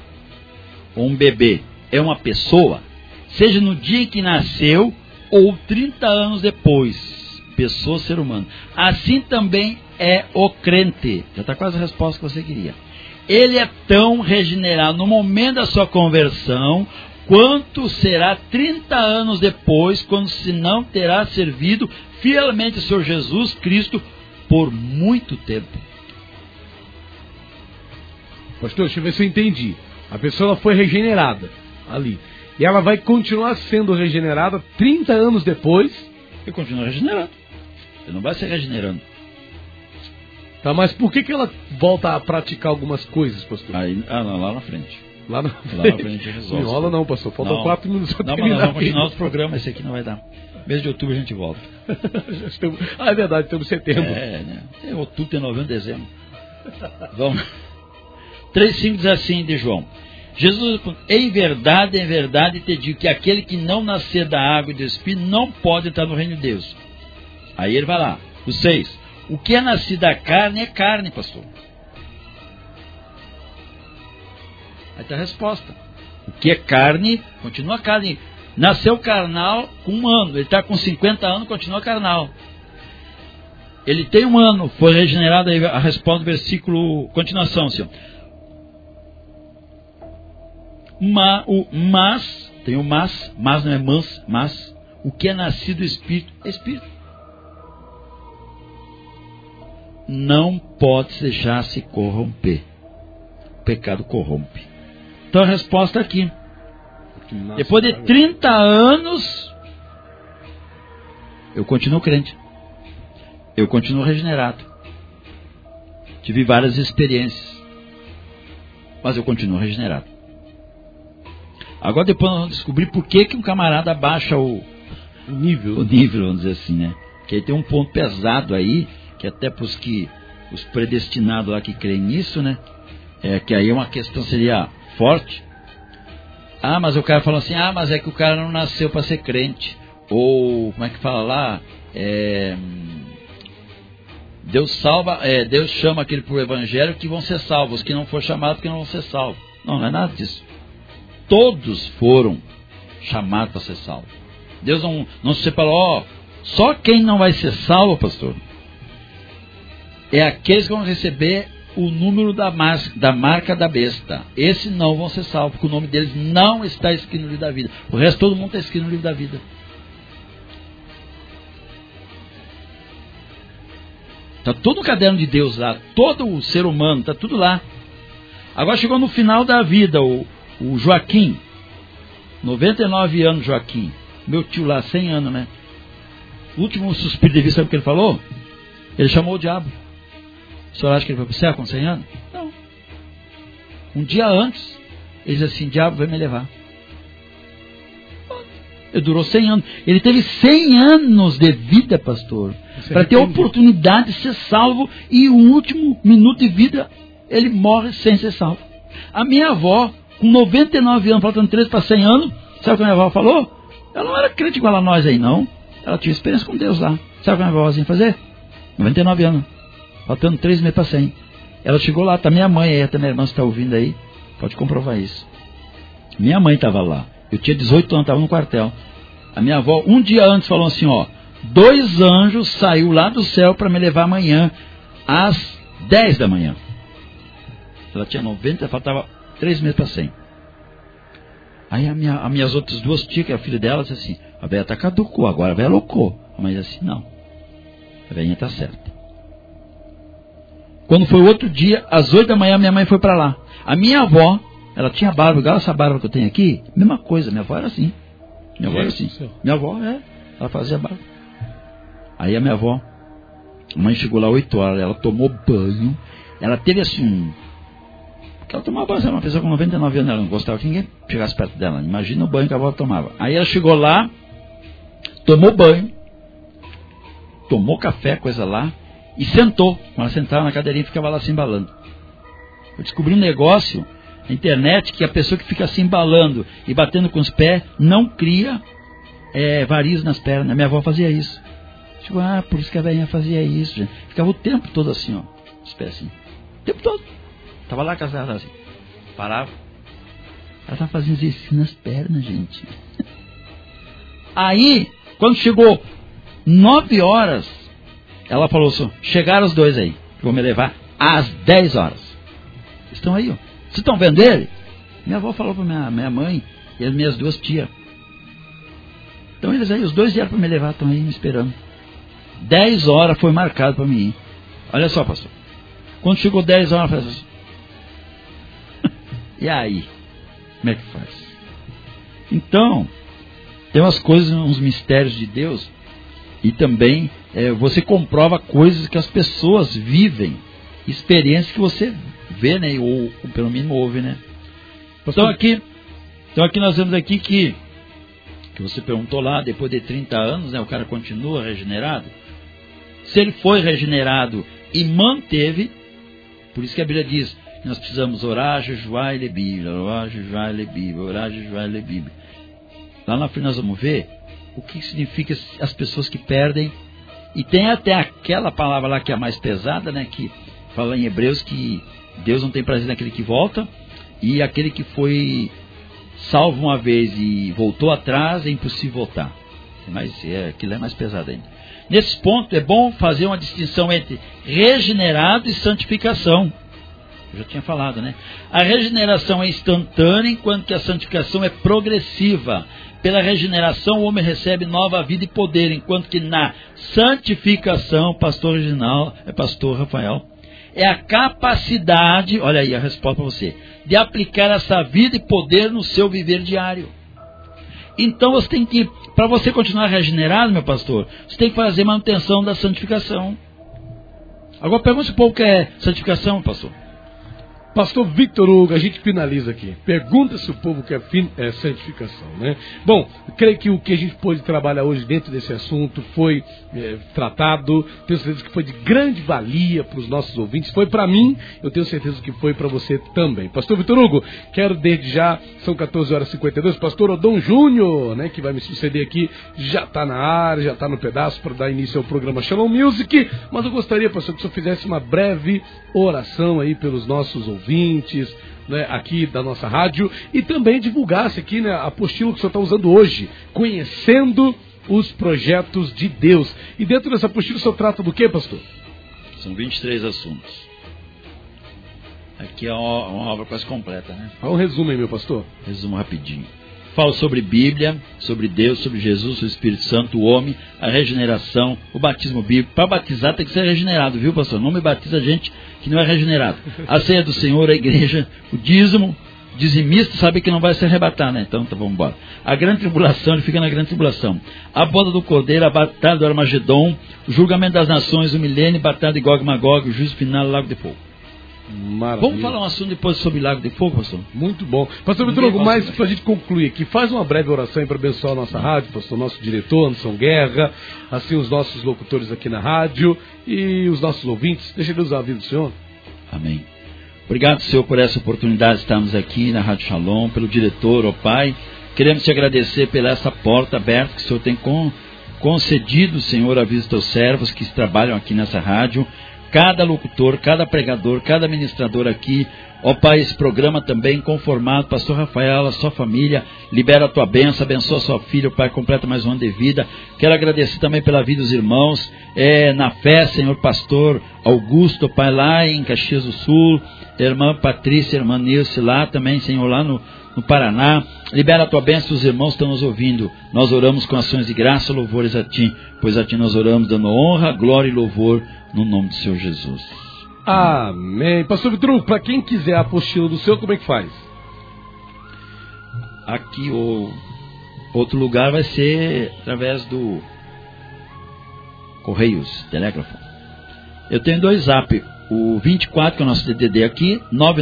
C: ou um bebê é uma pessoa, seja no dia em que nasceu ou 30 anos depois, pessoa, ser humano, assim também é o crente. Já está quase a resposta que você queria. Ele é tão regenerado no momento da sua conversão, quanto será 30 anos depois, quando se não terá servido fielmente o Senhor Jesus Cristo por muito tempo.
B: Pastor, deixa eu ver se eu entendi. A pessoa ela foi regenerada ali. E ela vai continuar sendo regenerada 30 anos depois.
C: E continua regenerado. Ele não vai se regenerando.
B: Tá, mas por que ela volta a praticar algumas coisas, pastor?
C: Não, lá na frente.
B: Lá na
C: frente resolve.
B: Não enrola não, pastor. Faltam 4 minutos para
C: terminar. Não, mas nós vamos continuar os programas. Esse aqui não vai dar. Mês de outubro a gente volta.
B: É verdade, estamos em setembro.
C: Né? Tem outubro, tem novembro, dezembro. Vamos. 3,5 diz assim de João: Jesus, em verdade te digo que aquele que não nascer da água e do Espírito não pode entrar no reino de Deus. Aí ele vai lá. O 6. O que é nascido da carne é carne, pastor. Aí está a resposta. O que é carne, continua carne. Nasceu carnal com 1 ano. Ele está com 50 anos, continua carnal. Ele tem 1 ano, foi regenerado. Aí a resposta do versículo, continuação, senhor. Tem o mas não é mas, o que é nascido do Espírito é Espírito. Não pode deixar-se corromper. O pecado corrompe. Então a resposta aqui. Depois de 30 anos, eu continuo crente. Eu continuo regenerado. Tive várias experiências. Mas eu continuo regenerado. Agora depois nós vamos descobrir por que um camarada baixa o nível, vamos dizer assim, né? Porque aí tem um ponto pesado aí, que até para os predestinados lá que creem nisso, né? Que aí uma questão seria forte. Mas o cara falou assim, mas é que o cara não nasceu para ser crente. Ou, como é que fala lá? Deus chama aquele para o evangelho que vão ser salvos. Os que não for chamados porque não vão ser salvos. Não é nada disso. Todos foram chamados para ser salvos. Deus não se separou. Só quem não vai ser salvo, pastor, é aqueles que vão receber o número da marca da besta. Esses não vão ser salvos, porque o nome deles não está escrito no livro da vida. O resto todo mundo está escrito no livro da vida. Está todo o caderno de Deus lá, todo o ser humano, está tudo lá. Agora chegou no final da vida, o Joaquim, 99 anos, Joaquim, meu tio lá, 100 anos, né? O último suspiro de vida, sabe o que ele falou? Ele chamou o diabo. O senhor acha que ele foi para o céu com 100 anos? Não. Um dia antes, ele disse assim, diabo vai me levar. Ele durou 100 anos. Ele teve 100 anos de vida, pastor, para ter a oportunidade de ser salvo, e o último minuto de vida, ele morre sem ser salvo. A minha avó, com 99 anos, faltando 13 para 100 anos, sabe o que a minha avó falou? Ela não era crente igual a nós aí, não. Ela tinha experiência com Deus lá. Sabe o que a minha avózinha fazer? 99 anos. Faltando 3 meses para 100. Ela chegou lá, tá minha mãe aí, até minha irmã está ouvindo aí, pode comprovar isso. Minha mãe estava lá. Eu tinha 18 anos, estava no quartel. A minha avó, um dia antes, falou assim, 2 anjos saiu lá do céu para me levar amanhã, às 10 da manhã. Ela tinha 90, faltava 3 meses para 100. Aí as minhas outras 2 tias, que é a filha dela, disse assim, a velha está caducou, agora a velha loucou. A mãe disse assim, não, a velhinha está certa. Quando foi o outro dia, às 8 da manhã, minha mãe foi para lá. A minha avó, ela tinha barba, igual essa barba que eu tenho aqui, mesma coisa, minha avó era assim. Minha avó era assim. Minha avó, ela fazia barba. Aí a minha avó, a mãe chegou lá 8 horas, ela tomou banho, ela teve assim porque ela tomava banho, uma pessoa com 99 anos, ela não gostava que ninguém chegasse perto dela. Imagina o banho que a avó tomava. Aí ela chegou lá, tomou banho, tomou café, coisa lá, e sentou. Quando ela sentava na cadeirinha, ficava lá se embalando. Eu descobri um negócio na internet, que a pessoa que fica se embalando e batendo com os pés, não cria varizes nas pernas. A minha avó fazia isso. Tipo, por isso que a velhinha fazia isso, gente. Ficava o tempo todo assim, os pés assim. O tempo todo. Estava lá casada assim. Parava. Ela estava fazendo exercício nas pernas, gente. Aí, quando chegou 9 horas, ela falou assim, chegaram os 2 aí. Vou me levar às 10 horas. Estão aí, Vocês estão vendo ele? Minha avó falou para minha mãe e as minhas 2 tias. Então eles aí, os 2 vieram para me levar, estão aí me esperando. 10 horas foi marcado para mim ir. Olha só, pastor. Quando chegou 10 horas, eu falei assim, e aí? Como é que faz? Então, tem umas coisas, uns mistérios de Deus, e também você comprova coisas que as pessoas vivem, experiências que você vê, né? Ou pelo mínimo ouve, né? Então aqui nós vemos aqui que você perguntou lá, depois de 30 anos, né, o cara continua regenerado. Se ele foi regenerado e manteve, por isso que a Bíblia diz, nós precisamos orar, jejuar e ler Bíblia, orar, jejuar e ler Bíblia, orar, jejuar e ler Bíblia. Lá na frente nós vamos ver o que significa as pessoas que perdem. E tem até aquela palavra lá que é a mais pesada, né, que fala em Hebreus que Deus não tem prazer naquele que volta, e aquele que foi salvo uma vez e voltou atrás, é impossível voltar. Mas aquilo é mais pesado ainda. Nesse ponto é bom fazer uma distinção entre regenerado e santificação. Eu já tinha falado, né? A regeneração é instantânea, enquanto que a santificação é progressiva. Pela regeneração, o homem recebe nova vida e poder, enquanto que na santificação, pastor Rafael, é a capacidade, olha aí a resposta para você, de aplicar essa vida e poder no seu viver diário. Então você tem que, para você continuar regenerado, meu pastor, você tem que fazer manutenção da santificação. Agora pergunta se o povo quer santificação, pastor.
B: Pastor Victor Hugo, a gente finaliza aqui. Pergunta se o povo quer santificação, né? Bom, creio que o que a gente pôde trabalhar hoje dentro desse assunto foi tratado. Tenho certeza que foi de grande valia para os nossos ouvintes. Foi para mim, eu tenho certeza que foi para você também. Pastor Victor Hugo, quero desde já, são 14h52, Pastor Odon Júnior, né, que vai me suceder aqui, já está na área, já está no pedaço para dar início ao programa Shalom Music. Mas eu gostaria, pastor, que o senhor fizesse uma breve oração aí pelos nossos ouvintes, né, aqui da nossa rádio, e também divulgasse aqui, né, a apostila que o senhor está usando hoje, Conhecendo os Projetos de Deus. E dentro dessa apostila o senhor trata do quê, pastor?
C: São 23 assuntos. Aqui é uma obra quase completa, né?
B: Fala um resumo aí, meu pastor.
C: Resumo rapidinho. Falo sobre Bíblia, sobre Deus, sobre Jesus, sobre o Espírito Santo, o homem, a regeneração, o batismo bíblico. Para batizar tem que ser regenerado, viu, pastor? Não me batiza gente que não é regenerado. A ceia do Senhor, a igreja, o dízimo, dizimista sabe que não vai se arrebatar, né? Então, vamos embora. A grande tribulação, ele fica na grande tribulação. A boda do Cordeiro, a batalha do Armagedon, o julgamento das nações, o milênio, a batalha de Gog e Magog, o juízo final, o lago de fogo.
B: Maravilha.
C: Vamos falar um assunto depois sobre Lago de Fogo, pastor?
B: Muito bom. Pastor Vitor Hugo, mas para a gente concluir aqui, faz uma breve oração para abençoar a nossa rádio, pastor, nosso diretor, Anderson Guerra, assim os nossos locutores aqui na rádio e os nossos ouvintes. Deixa Deus usar a vida do Senhor.
C: Amém. Obrigado, Senhor, por essa oportunidade de estarmos aqui na Rádio Shalom, pelo diretor, ó Pai. Queremos te agradecer pela essa porta aberta que o Senhor tem concedido, Senhor, à vida dos teus servos que trabalham aqui nessa rádio. Cada locutor, cada pregador, cada ministrador aqui, ó Pai, esse programa também conformado, pastor Rafael, a sua família, libera a tua bênção, abençoa a sua filha, ó Pai, completa mais um ano de vida. Quero agradecer também pela vida dos irmãos, na fé, Senhor, pastor Augusto, ó Pai, lá em Caxias do Sul, irmã Patrícia, irmã Nilce, lá também, Senhor, lá no Paraná. Libera a tua bênção, os irmãos estão nos ouvindo. Nós oramos com ações de graça, louvores a ti, pois a ti nós oramos dando honra, glória e louvor no nome do Senhor Jesus.
B: Amém. Pastor Vitor Hugo, para quem quiser a apostila do Senhor, como é que faz?
C: Aqui, outro lugar vai ser através do Correios, Telégrafo. Eu tenho 2 zap. O 24, que é o nosso DDD aqui,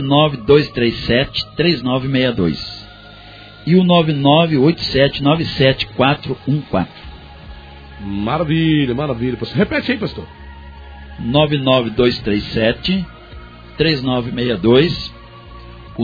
C: 99237-3962. E o 9987-97414.
B: Maravilha, maravilha, pastor. Repete aí, pastor.
C: 99237-3962. O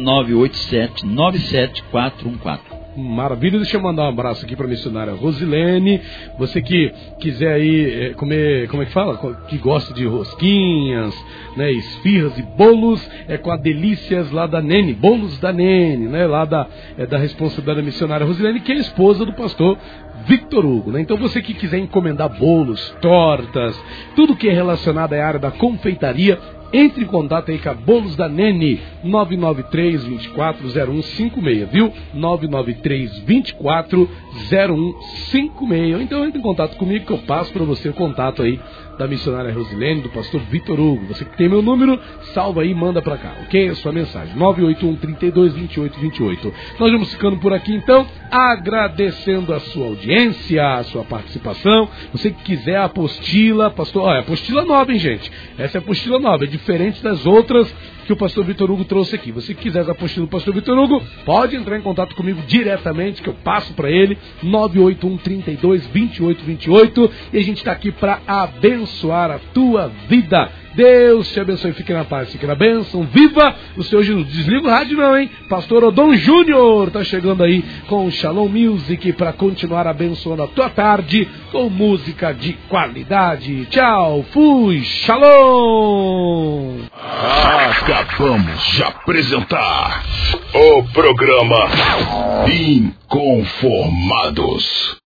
C: 9987-97414.
B: Maravilha, deixa eu mandar um abraço aqui para a missionária Rosilene. Você que quiser aí comer, como é que fala? Que gosta de rosquinhas, né, esfirras e bolos, com a Delícias lá da Nene, bolos da Nene, né, lá da responsabilidade da missionária Rosilene, que é a esposa do pastor Victor Hugo, né? Então você que quiser encomendar bolos, tortas, tudo que é relacionado à área da confeitaria, entre em contato aí com a Bolos da Nene, 993-240156, viu? 993-240156. Então entre em contato comigo que eu passo para você o contato aí da missionária Rosilene, do pastor Victor Hugo. Você que tem meu número, salva aí e manda para cá, ok? A sua mensagem, 981-32-2828. Nós vamos ficando por aqui então, agradecendo a sua audiência, a sua participação. Você que quiser a apostila, pastor, olha, apostila nova, hein, gente? Essa é a apostila nova, é diferente das outras que o pastor Victor Hugo trouxe aqui. Você que quiser a apostila do pastor Victor Hugo, pode entrar em contato comigo diretamente, que eu passo para ele, 981-32-2828, e a gente está aqui para abençoar a tua vida. Deus te abençoe, fique na paz, fique na bênção, viva o Senhor Jesus. Desliga o rádio não, hein? Pastor Odon Júnior está chegando aí com o Shalom Music para continuar abençoando a tua tarde com música de qualidade. Tchau, fui, Shalom!
A: Acabamos de apresentar o programa Inconformados.